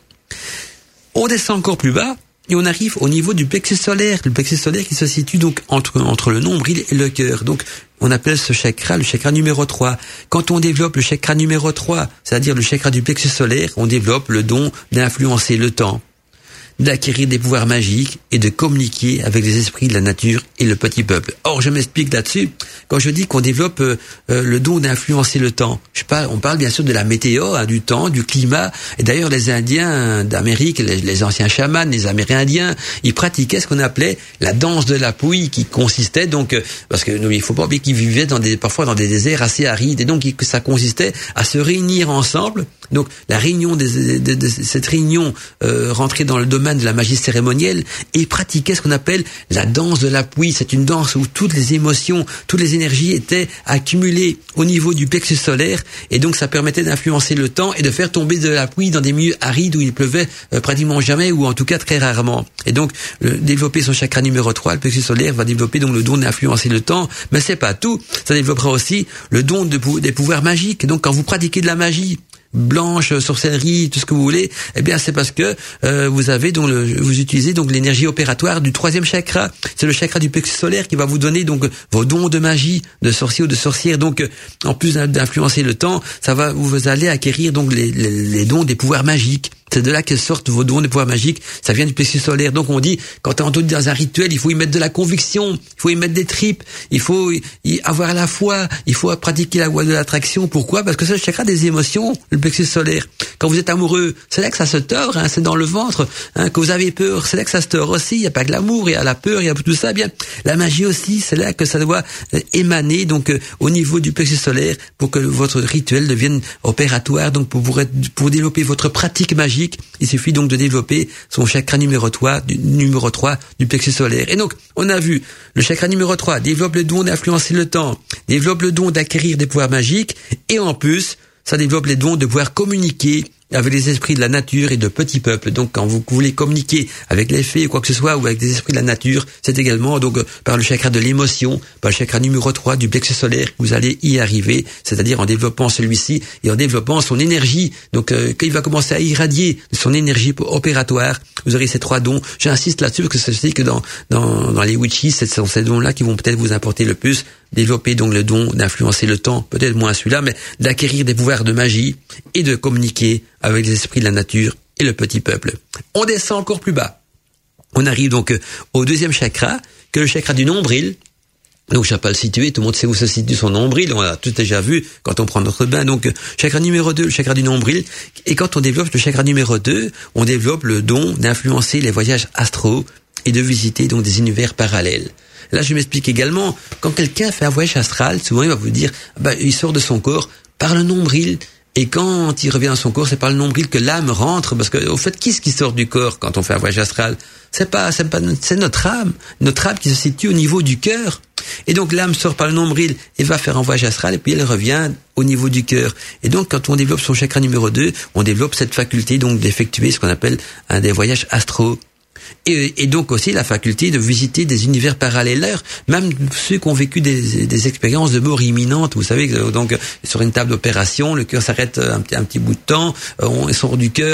On descend encore plus bas, et on arrive au niveau du plexus solaire, le plexus solaire qui se situe donc entre, entre le nombril et le cœur. Donc, on appelle ce chakra le chakra numéro trois. Quand on développe le chakra numéro trois, c'est-à-dire le chakra du plexus solaire, on développe le don d'influencer le temps, d'acquérir des pouvoirs magiques et de communiquer avec les esprits de la nature et le petit peuple. Or, je m'explique là-dessus. Quand je dis qu'on développe euh, euh, le don d'influencer le temps, je parle, on parle bien sûr de la météo, hein, du temps, du climat. Et d'ailleurs, les Indiens d'Amérique, les, les anciens chamans, les Amérindiens, ils pratiquaient ce qu'on appelait la danse de la pouille, qui consistait donc, euh, parce que nous, il faut pas oublier qu'ils vivaient dans des, parfois dans des déserts assez arides, et donc que ça consistait à se réunir ensemble. Donc, la réunion des, de, de, de cette réunion euh, rentrait dans le domaine de la magie cérémonielle et pratiquait ce qu'on appelle la danse de la pouille. C'est une danse où toutes les émotions, toutes les énergies étaient accumulées au niveau du plexus solaire, et donc ça permettait d'influencer le temps et de faire tomber de la pluie dans des milieux arides où il pleuvait euh, pratiquement jamais, ou en tout cas très rarement. Et donc le, développer son chakra numéro trois, le plexus solaire, va développer donc le don d'influencer le temps, mais c'est pas tout, ça développera aussi le don de, des pouvoirs magiques. Et donc quand vous pratiquez de la magie blanche, sorcellerie, tout ce que vous voulez, eh bien c'est parce que euh, vous avez donc le, vous utilisez donc l'énergie opératoire du troisième chakra. C'est le chakra du plexus solaire qui va vous donner donc vos dons de magie, de sorcier ou de sorcière. Donc en plus d'influencer le temps, ça va vous allez acquérir donc les, les, les dons des pouvoirs magiques. C'est de là que sortent vos dons de pouvoirs magiques. Ça vient du plexus solaire. Donc on dit, quand on est dans un rituel, il faut y mettre de la conviction, il faut y mettre des tripes, il faut y avoir la foi, il faut pratiquer la loi de l'attraction. Pourquoi? Parce que c'est le chakra des émotions, le plexus solaire. Quand vous êtes amoureux, c'est là que ça se tord, hein, c'est dans le ventre. Hein, quand vous avez peur, c'est là que ça se tord aussi. Il n'y a pas que l'amour, il y a la peur, il y a tout ça. Bien, la magie aussi, c'est là que ça doit émaner donc euh, au niveau du plexus solaire pour que votre rituel devienne opératoire. Donc pour pour, être, pour développer votre pratique magique, il suffit donc de développer son chakra numéro trois, du, numéro trois du plexus solaire. Et donc, on a vu, le chakra numéro trois développe le don d'influencer le temps, développe le don d'acquérir des pouvoirs magiques, et en plus, ça développe les dons de pouvoir communiquer avec les esprits de la nature et de petits peuples. Donc, quand vous voulez communiquer avec les fées ou quoi que ce soit, ou avec des esprits de la nature, c'est également donc par le chakra de l'émotion, par le chakra numéro trois du plexus solaire que vous allez y arriver, c'est-à-dire en développant celui-ci et en développant son énergie. Donc, euh, quand il va commencer à irradier son énergie opératoire, vous aurez ces trois dons. J'insiste là-dessus parce que je sais que dans, dans, dans les witches, ce sont ces dons-là qui vont peut-être vous apporter le plus. Développer donc le don d'influencer le temps, peut-être moins celui-là, mais d'acquérir des pouvoirs de magie et de communiquer avec les esprits de la nature et le petit peuple. On descend encore plus bas. On arrive donc au deuxième chakra, que le chakra du nombril. Donc, je ne vais pas le situer, tout le monde sait où se situe son nombril, on l'a tout déjà vu quand on prend notre bain. Donc, chakra numéro deux, le chakra du nombril. Et quand on développe le chakra numéro deux, on développe le don d'influencer les voyages astraux et de visiter donc des univers parallèles. Là, je m'explique également, quand quelqu'un fait un voyage astral, souvent il va vous dire, bah, il sort de son corps par le nombril. Et quand il revient dans son corps, c'est par le nombril que l'âme rentre, parce que, au fait, qui est-ce qui sort du corps quand on fait un voyage astral? C'est pas, c'est pas, c'est notre âme. Notre âme qui se situe au niveau du cœur. Et donc, l'âme sort par le nombril et va faire un voyage astral, et puis elle revient au niveau du cœur. Et donc, quand on développe son chakra numéro deux, on développe cette faculté, donc, d'effectuer ce qu'on appelle un des voyages astraux. Et, et donc aussi la faculté de visiter des univers parallèles, même ceux qui ont vécu des, des expériences de mort imminente. Vous savez, donc sur une table d'opération, le cœur s'arrête un, un petit bout de temps, on sort du cœur,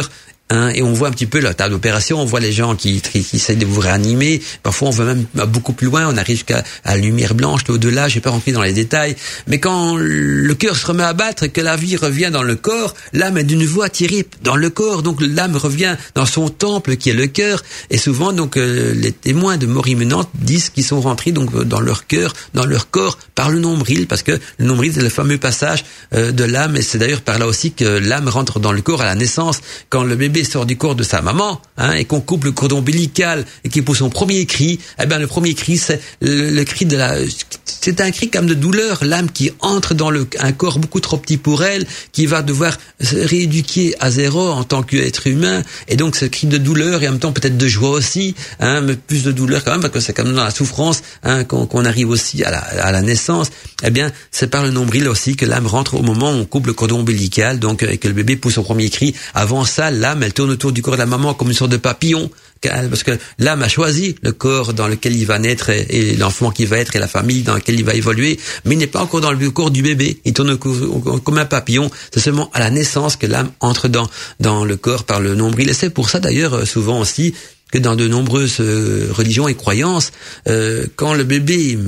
Hein, et on voit un petit peu la table d'opération, on voit les gens qui, qui, qui essaient de vous réanimer. Parfois, on va même beaucoup plus loin, on arrive jusqu'à à la lumière blanche, au-delà, je vais pas rentrer dans les détails. Mais quand le cœur se remet à battre, que la vie revient dans le corps, l'âme est d'une voix tirée dans le corps, donc l'âme revient dans son temple qui est le cœur. Et souvent, donc, euh, les témoins de mort imminente disent qu'ils sont rentrés donc dans leur cœur, dans leur corps, par le nombril, parce que le nombril, c'est le fameux passage euh, de l'âme, et c'est d'ailleurs par là aussi que l'âme rentre dans le corps à la naissance, quand le bébé sort du corps de sa maman, hein, et qu'on coupe le cordon ombilical et qu'il pousse son premier cri, eh bien le premier cri c'est le, le cri de la, c'est un cri comme de douleur, l'âme qui entre dans le, un corps beaucoup trop petit pour elle, qui va devoir se rééduquer à zéro en tant qu'être humain, et donc ce cri de douleur et en même temps peut-être de joie aussi, hein, mais plus de douleur quand même parce que c'est comme dans la souffrance, hein, qu'on, qu'on arrive aussi à la, à la naissance. Eh bien c'est par le nombril aussi que l'âme rentre au moment où on coupe le cordon ombilical, donc et que le bébé pousse son premier cri. Avant ça, l'âme elle tourne autour du corps de la maman comme une sorte de papillon, parce que l'âme a choisi le corps dans lequel il va naître et, et l'enfant qui va être et la famille dans laquelle il va évoluer, mais il n'est pas encore dans le corps du bébé, il tourne comme un papillon. C'est seulement à la naissance que l'âme entre dans dans le corps par le nombril, et c'est pour ça d'ailleurs souvent aussi que dans de nombreuses euh, religions et croyances, euh, quand le bébé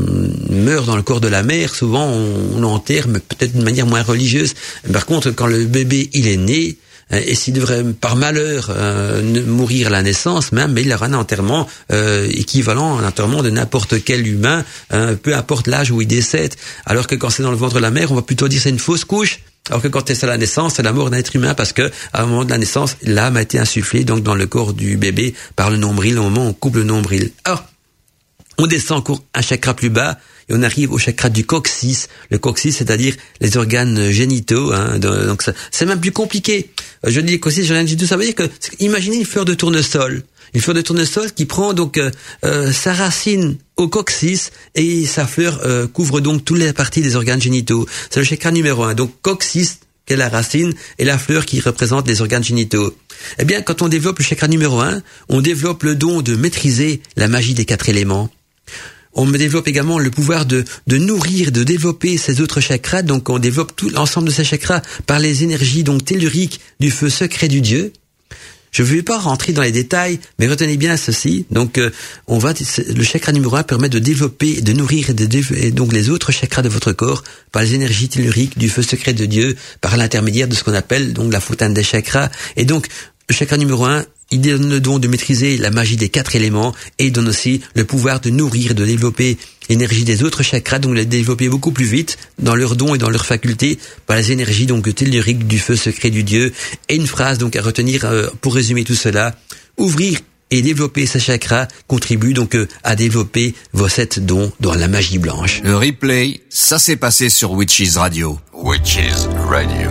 meurt dans le corps de la mère, souvent on, on l'enterre, mais peut-être d'une manière moins religieuse. Par contre, quand le bébé il est né, et s'il devrait par malheur euh, mourir à la naissance même, mais il aura un enterrement euh, équivalent à un enterrement de n'importe quel humain, euh, peu importe l'âge où il décède. Alors que quand c'est dans le ventre de la mère, on va plutôt dire c'est une fausse couche. Alors que quand c'est à la naissance, c'est la mort d'un être humain, parce que à un moment de la naissance, l'âme a été insufflée donc dans le corps du bébé par le nombril, au moment où on coupe le nombril. Alors, on descend encore un chakra plus bas et on arrive au chakra du coccyx. Le coccyx, c'est-à-dire les organes génitaux. Hein, donc ça, c'est même plus compliqué. Je dis coccyx, les organes génitaux, ça veut dire que imaginez une fleur de tournesol, une fleur de tournesol qui prend donc euh, euh, sa racine au coccyx et sa fleur euh, couvre donc toutes les parties des organes génitaux. C'est le chakra numéro un. Donc coccyx, qui est la racine, et la fleur qui représente les organes génitaux. Eh bien, quand on développe le chakra numéro un, on développe le don de maîtriser la magie des quatre éléments. On développe également le pouvoir de, de nourrir, de développer ces autres chakras. Donc, on développe tout l'ensemble de ces chakras par les énergies donc telluriques du feu secret du Dieu. Je ne vais pas rentrer dans les détails, mais retenez bien ceci. Donc, euh, on va, le chakra numéro un permet de développer, de nourrir et, de développer, et donc les autres chakras de votre corps par les énergies telluriques du feu secret de Dieu, par l'intermédiaire de ce qu'on appelle donc la fontaine des chakras. Et donc, le chakra numéro un, il donne le don de maîtriser la magie des quatre éléments et il donne aussi le pouvoir de nourrir, de développer l'énergie des autres chakras, donc les développer beaucoup plus vite dans leurs dons et dans leurs facultés par les énergies donc telluriques du feu secret du Dieu. Et une phrase donc à retenir euh, pour résumer tout cela: ouvrir et développer ces chakras contribue donc euh, à développer vos sept dons dans la magie blanche. Le replay, ça s'est passé sur Witches Radio. Witches Radio.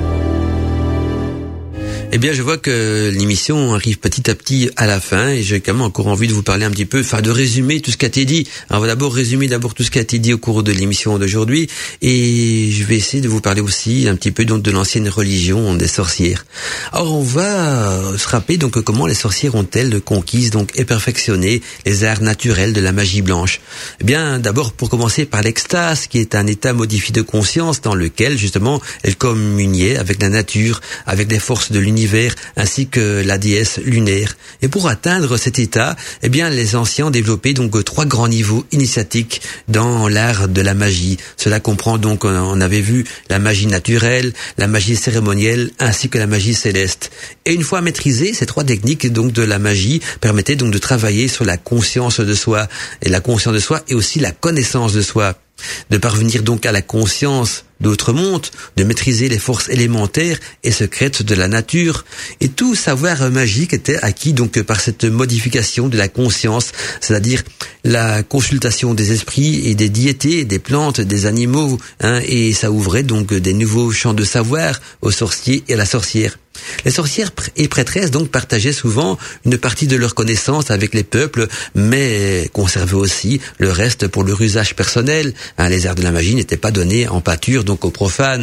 Eh bien, je vois que l'émission arrive petit à petit à la fin et j'ai quand même encore envie de vous parler un petit peu, enfin de résumer tout ce qui a été dit. Alors, on va d'abord résumer d'abord tout ce qui a été dit au cours de l'émission d'aujourd'hui et je vais essayer de vous parler aussi un petit peu donc de l'ancienne religion des sorcières. Alors, on va se rappeler donc comment les sorcières ont-elles conquise donc et perfectionné les arts naturels de la magie blanche. Eh bien, d'abord pour commencer par l'extase, qui est un état modifié de conscience dans lequel justement elles communiaient avec la nature, avec les forces de l'univers, ainsi que la déesse lunaire. Et pour atteindre cet état, eh bien, les anciens ont développé donc trois grands niveaux initiatiques dans l'art de la magie. Cela comprend donc, on avait vu la magie naturelle, la magie cérémonielle, ainsi que la magie céleste. Et une fois maîtrisées, ces trois techniques donc de la magie permettaient donc de travailler sur la conscience de soi, et la conscience de soi et aussi la connaissance de soi. De parvenir donc à la conscience d'autres mondes, de maîtriser les forces élémentaires et secrètes de la nature. Et tout savoir magique était acquis donc par cette modification de la conscience, c'est-à-dire la consultation des esprits et des diétés, des plantes, des animaux, hein, et ça ouvrait donc des nouveaux champs de savoir aux sorciers et à la sorcière. Les sorcières et prêtresses donc partageaient souvent une partie de leurs connaissances avec les peuples, mais conservaient aussi le reste pour leur usage personnel. Hein, les arts de la magie n'étaient pas donnés en pâture donc aux profanes.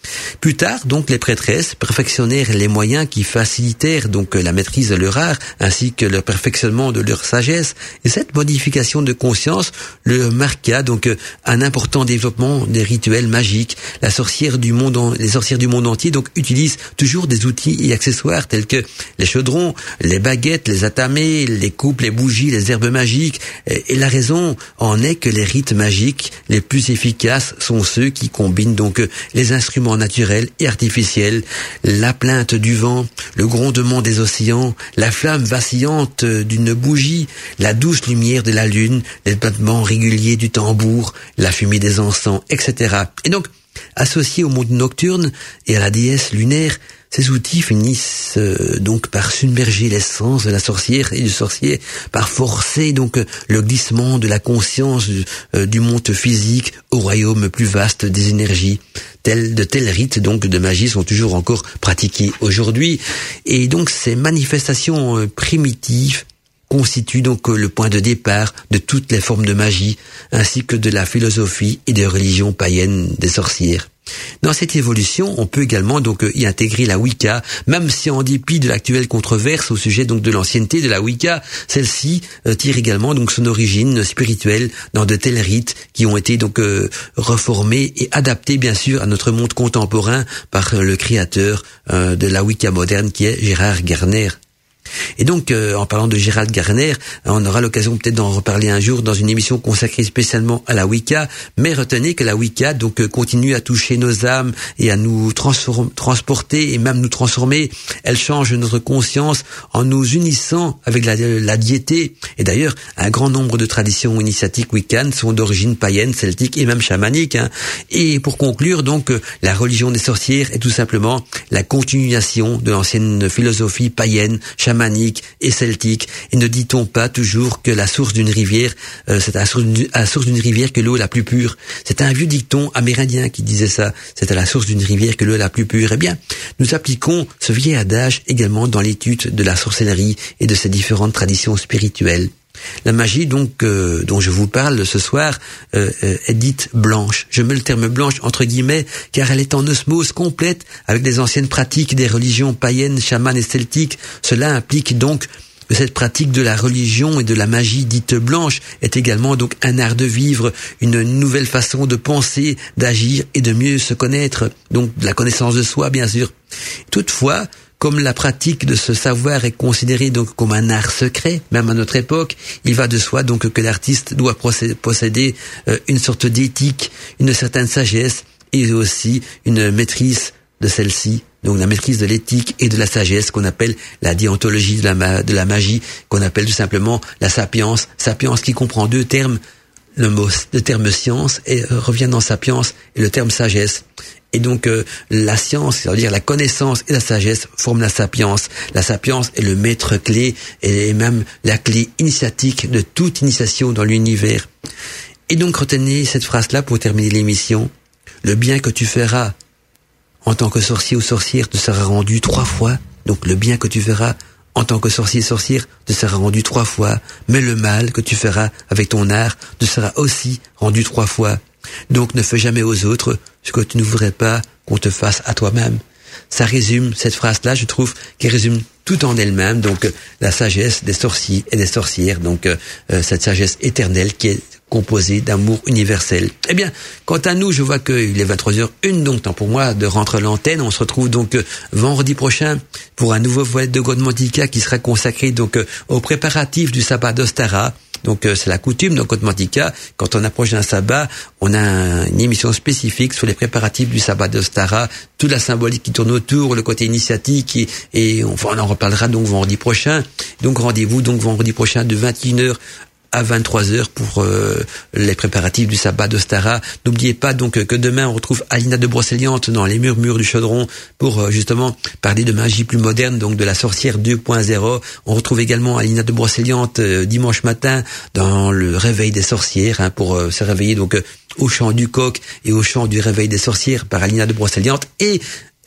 Plus tard, donc, les prêtresses perfectionnèrent les moyens qui facilitèrent donc la maîtrise de leur art, ainsi que le perfectionnement de leur sagesse. Et cette modification de conscience le marqua donc un important développement des rituels magiques. La sorcière du monde, en, les sorcières du monde entier donc utilisent toujours des outils et accessoires tels que les chaudrons, les baguettes, les atamés, les coupes, les bougies, les herbes magiques. Et la raison en est que les rites magiques les plus efficaces sont ceux qui combinent donc les instruments naturels et artificiels, la plainte du vent, le grondement des océans, la flamme vacillante d'une bougie, la douce lumière de la lune, les battements réguliers du tambour, la fumée des encens, et cetera. Et donc, associés au monde nocturne et à la déesse lunaire, ces outils finissent euh, donc par submerger l'essence de la sorcière et du sorcier, par forcer donc le glissement de la conscience du, euh, du monde physique au royaume plus vaste des énergies. Tel, de tels rites donc de magie sont toujours encore pratiqués aujourd'hui, et donc ces manifestations euh, primitives constitue donc le point de départ de toutes les formes de magie, ainsi que de la philosophie et des religions païennes des sorcières. Dans cette évolution, on peut également donc y intégrer la Wicca, même si en dépit de l'actuelle controverse au sujet donc de l'ancienneté de la Wicca, celle-ci euh, tire également donc son origine spirituelle dans de tels rites qui ont été donc euh, reformés et adaptés bien sûr à notre monde contemporain par euh, le créateur euh, de la Wicca moderne qui est Gérald Gardner. Et donc, euh, en parlant de Gérald Gardner, on aura l'occasion peut-être d'en reparler un jour dans une émission consacrée spécialement à la Wicca, mais retenez que la Wicca donc euh, continue à toucher nos âmes et à nous transform- transporter et même nous transformer. Elle change notre conscience en nous unissant avec la, la diété. Et d'ailleurs, un grand nombre de traditions initiatiques wiccanes sont d'origine païenne, celtique et même chamanique. Hein. Et pour conclure, donc, euh, la religion des sorcières est tout simplement la continuation de l'ancienne philosophie païenne, chamanique, manique et celtique. Et ne dit-on pas toujours que la source d'une rivière, euh, c'est à la source d'une, à la source d'une rivière que l'eau est la plus pure? C'est un vieux dicton amérindien qui disait ça. C'est à la source d'une rivière que l'eau est la plus pure. Eh bien, nous appliquons ce vieil adage également dans l'étude de la sorcellerie et de ses différentes traditions spirituelles. La magie donc euh, dont je vous parle ce soir euh, euh, est dite blanche. Je mets le terme blanche entre guillemets car elle est en osmose complète avec les anciennes pratiques des religions païennes, chamanes et celtiques. Cela implique donc que cette pratique de la religion et de la magie dite blanche est également donc un art de vivre, une nouvelle façon de penser, d'agir et de mieux se connaître, donc de la connaissance de soi bien sûr. Toutefois, comme la pratique de ce savoir est considérée donc comme un art secret, même à notre époque, il va de soi donc que l'artiste doit posséder euh, une sorte d'éthique, une certaine sagesse et aussi une maîtrise de celle-ci. Donc la maîtrise de l'éthique et de la sagesse qu'on appelle la déontologie de la, ma- de la magie, qu'on appelle tout simplement la sapience. Sapience qui comprend deux termes, le mot, le terme science et euh, revient dans sapience et le terme sagesse. Et donc euh, la science, c'est-à-dire la connaissance et la sagesse forment la sapience. La sapience est le maître clé et même la clé initiatique de toute initiation dans l'univers. Et donc retenez cette phrase-là pour terminer l'émission. Le bien que tu feras en tant que sorcier ou sorcière te sera rendu trois fois. Donc le bien que tu feras en tant que sorcier et sorcière te sera rendu trois fois. Mais le mal que tu feras avec ton art te sera aussi rendu trois fois. Donc ne fais jamais aux autres ce que tu ne voudrais pas qu'on te fasse à toi-même. Ça résume, cette phrase-là, je trouve, qui résume tout en elle-même, donc euh, la sagesse des sorciers et des sorcières, donc euh, euh, cette sagesse éternelle qui est composée d'amour universel. Eh bien, quant à nous, je vois qu'il est vingt-trois heures une, donc temps pour moi de rentrer à l'antenne. On se retrouve donc euh, vendredi prochain pour un nouveau volet de Godmantica qui sera consacré donc euh, aux préparatifs du sabbat d'Ostara. Donc euh, c'est la coutume dans Godmantica, quand on approche d'un sabbat, on a un, une émission spécifique sur les préparatifs du sabbat d'Ostara, toute la symbolique qui tourne autour, le côté initiatique, et, et on, on en reparlera donc vendredi prochain. Donc rendez-vous donc vendredi prochain de vingt et une heures à vingt-trois heures pour euh, les préparatifs du sabbat d'Ostara. N'oubliez pas donc que demain on retrouve Alina de Brocéliande dans les murmures du chaudron pour euh, justement parler de magie plus moderne, donc de la sorcière deux point zéro. On retrouve également Alina de Brocéliande euh, dimanche matin dans le réveil des sorcières, hein, pour euh, se réveiller donc euh, au chant du coq et au chant du réveil des sorcières par Alina de Brocéliande. Et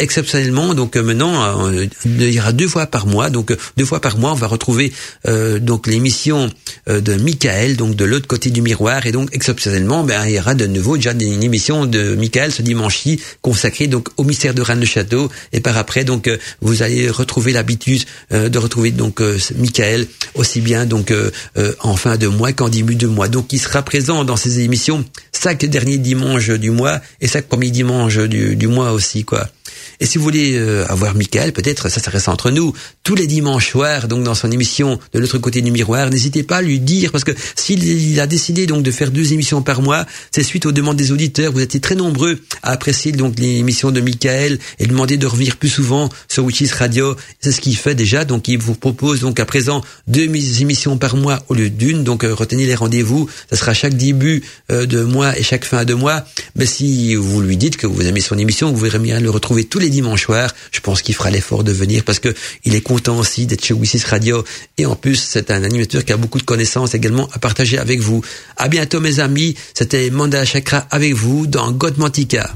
exceptionnellement, donc euh, maintenant, euh, il y aura deux fois par mois. Donc euh, deux fois par mois, on va retrouver euh, donc l'émission euh, de Michael, donc de l'autre côté du miroir. Et donc exceptionnellement, ben il y aura de nouveau déjà une émission de Michael ce dimanche-ci consacrée donc au mystère de Rennes-le-Château. Et par après, donc euh, vous allez retrouver l'habitude euh, de retrouver donc euh, Michael aussi bien donc euh, euh, en fin de mois qu'en début de mois. Donc il sera présent dans ces émissions chaque dernier dimanche du mois et chaque premier dimanche du, du mois aussi, quoi. Et si vous voulez euh, avoir Michael, peut-être, ça, ça reste entre nous, tous les dimanches soirs, donc dans son émission de l'autre côté du miroir, n'hésitez pas à lui dire, parce que s'il il a décidé donc de faire deux émissions par mois, c'est suite aux demandes des auditeurs. Vous êtes très nombreux à apprécier donc l'émission de Michael et demander de revenir plus souvent sur Witches Radio. C'est ce qu'il fait déjà, donc il vous propose donc à présent deux émissions par mois au lieu d'une. Donc euh, retenez les rendez-vous, ça sera chaque début euh, de mois et chaque fin de mois. Mais si vous lui dites que vous aimez son émission, vous verrez bien le retrouver tous les dimanche soir, je pense qu'il fera l'effort de venir parce que il est content aussi d'être chez Witches Radio et en plus c'est un animateur qui a beaucoup de connaissances également à partager avec vous. À bientôt mes amis, c'était Mandala Chakra avec vous dans Godmantica.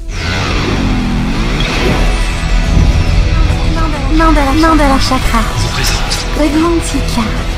Mandala, Mandala Chakra. Godmantica.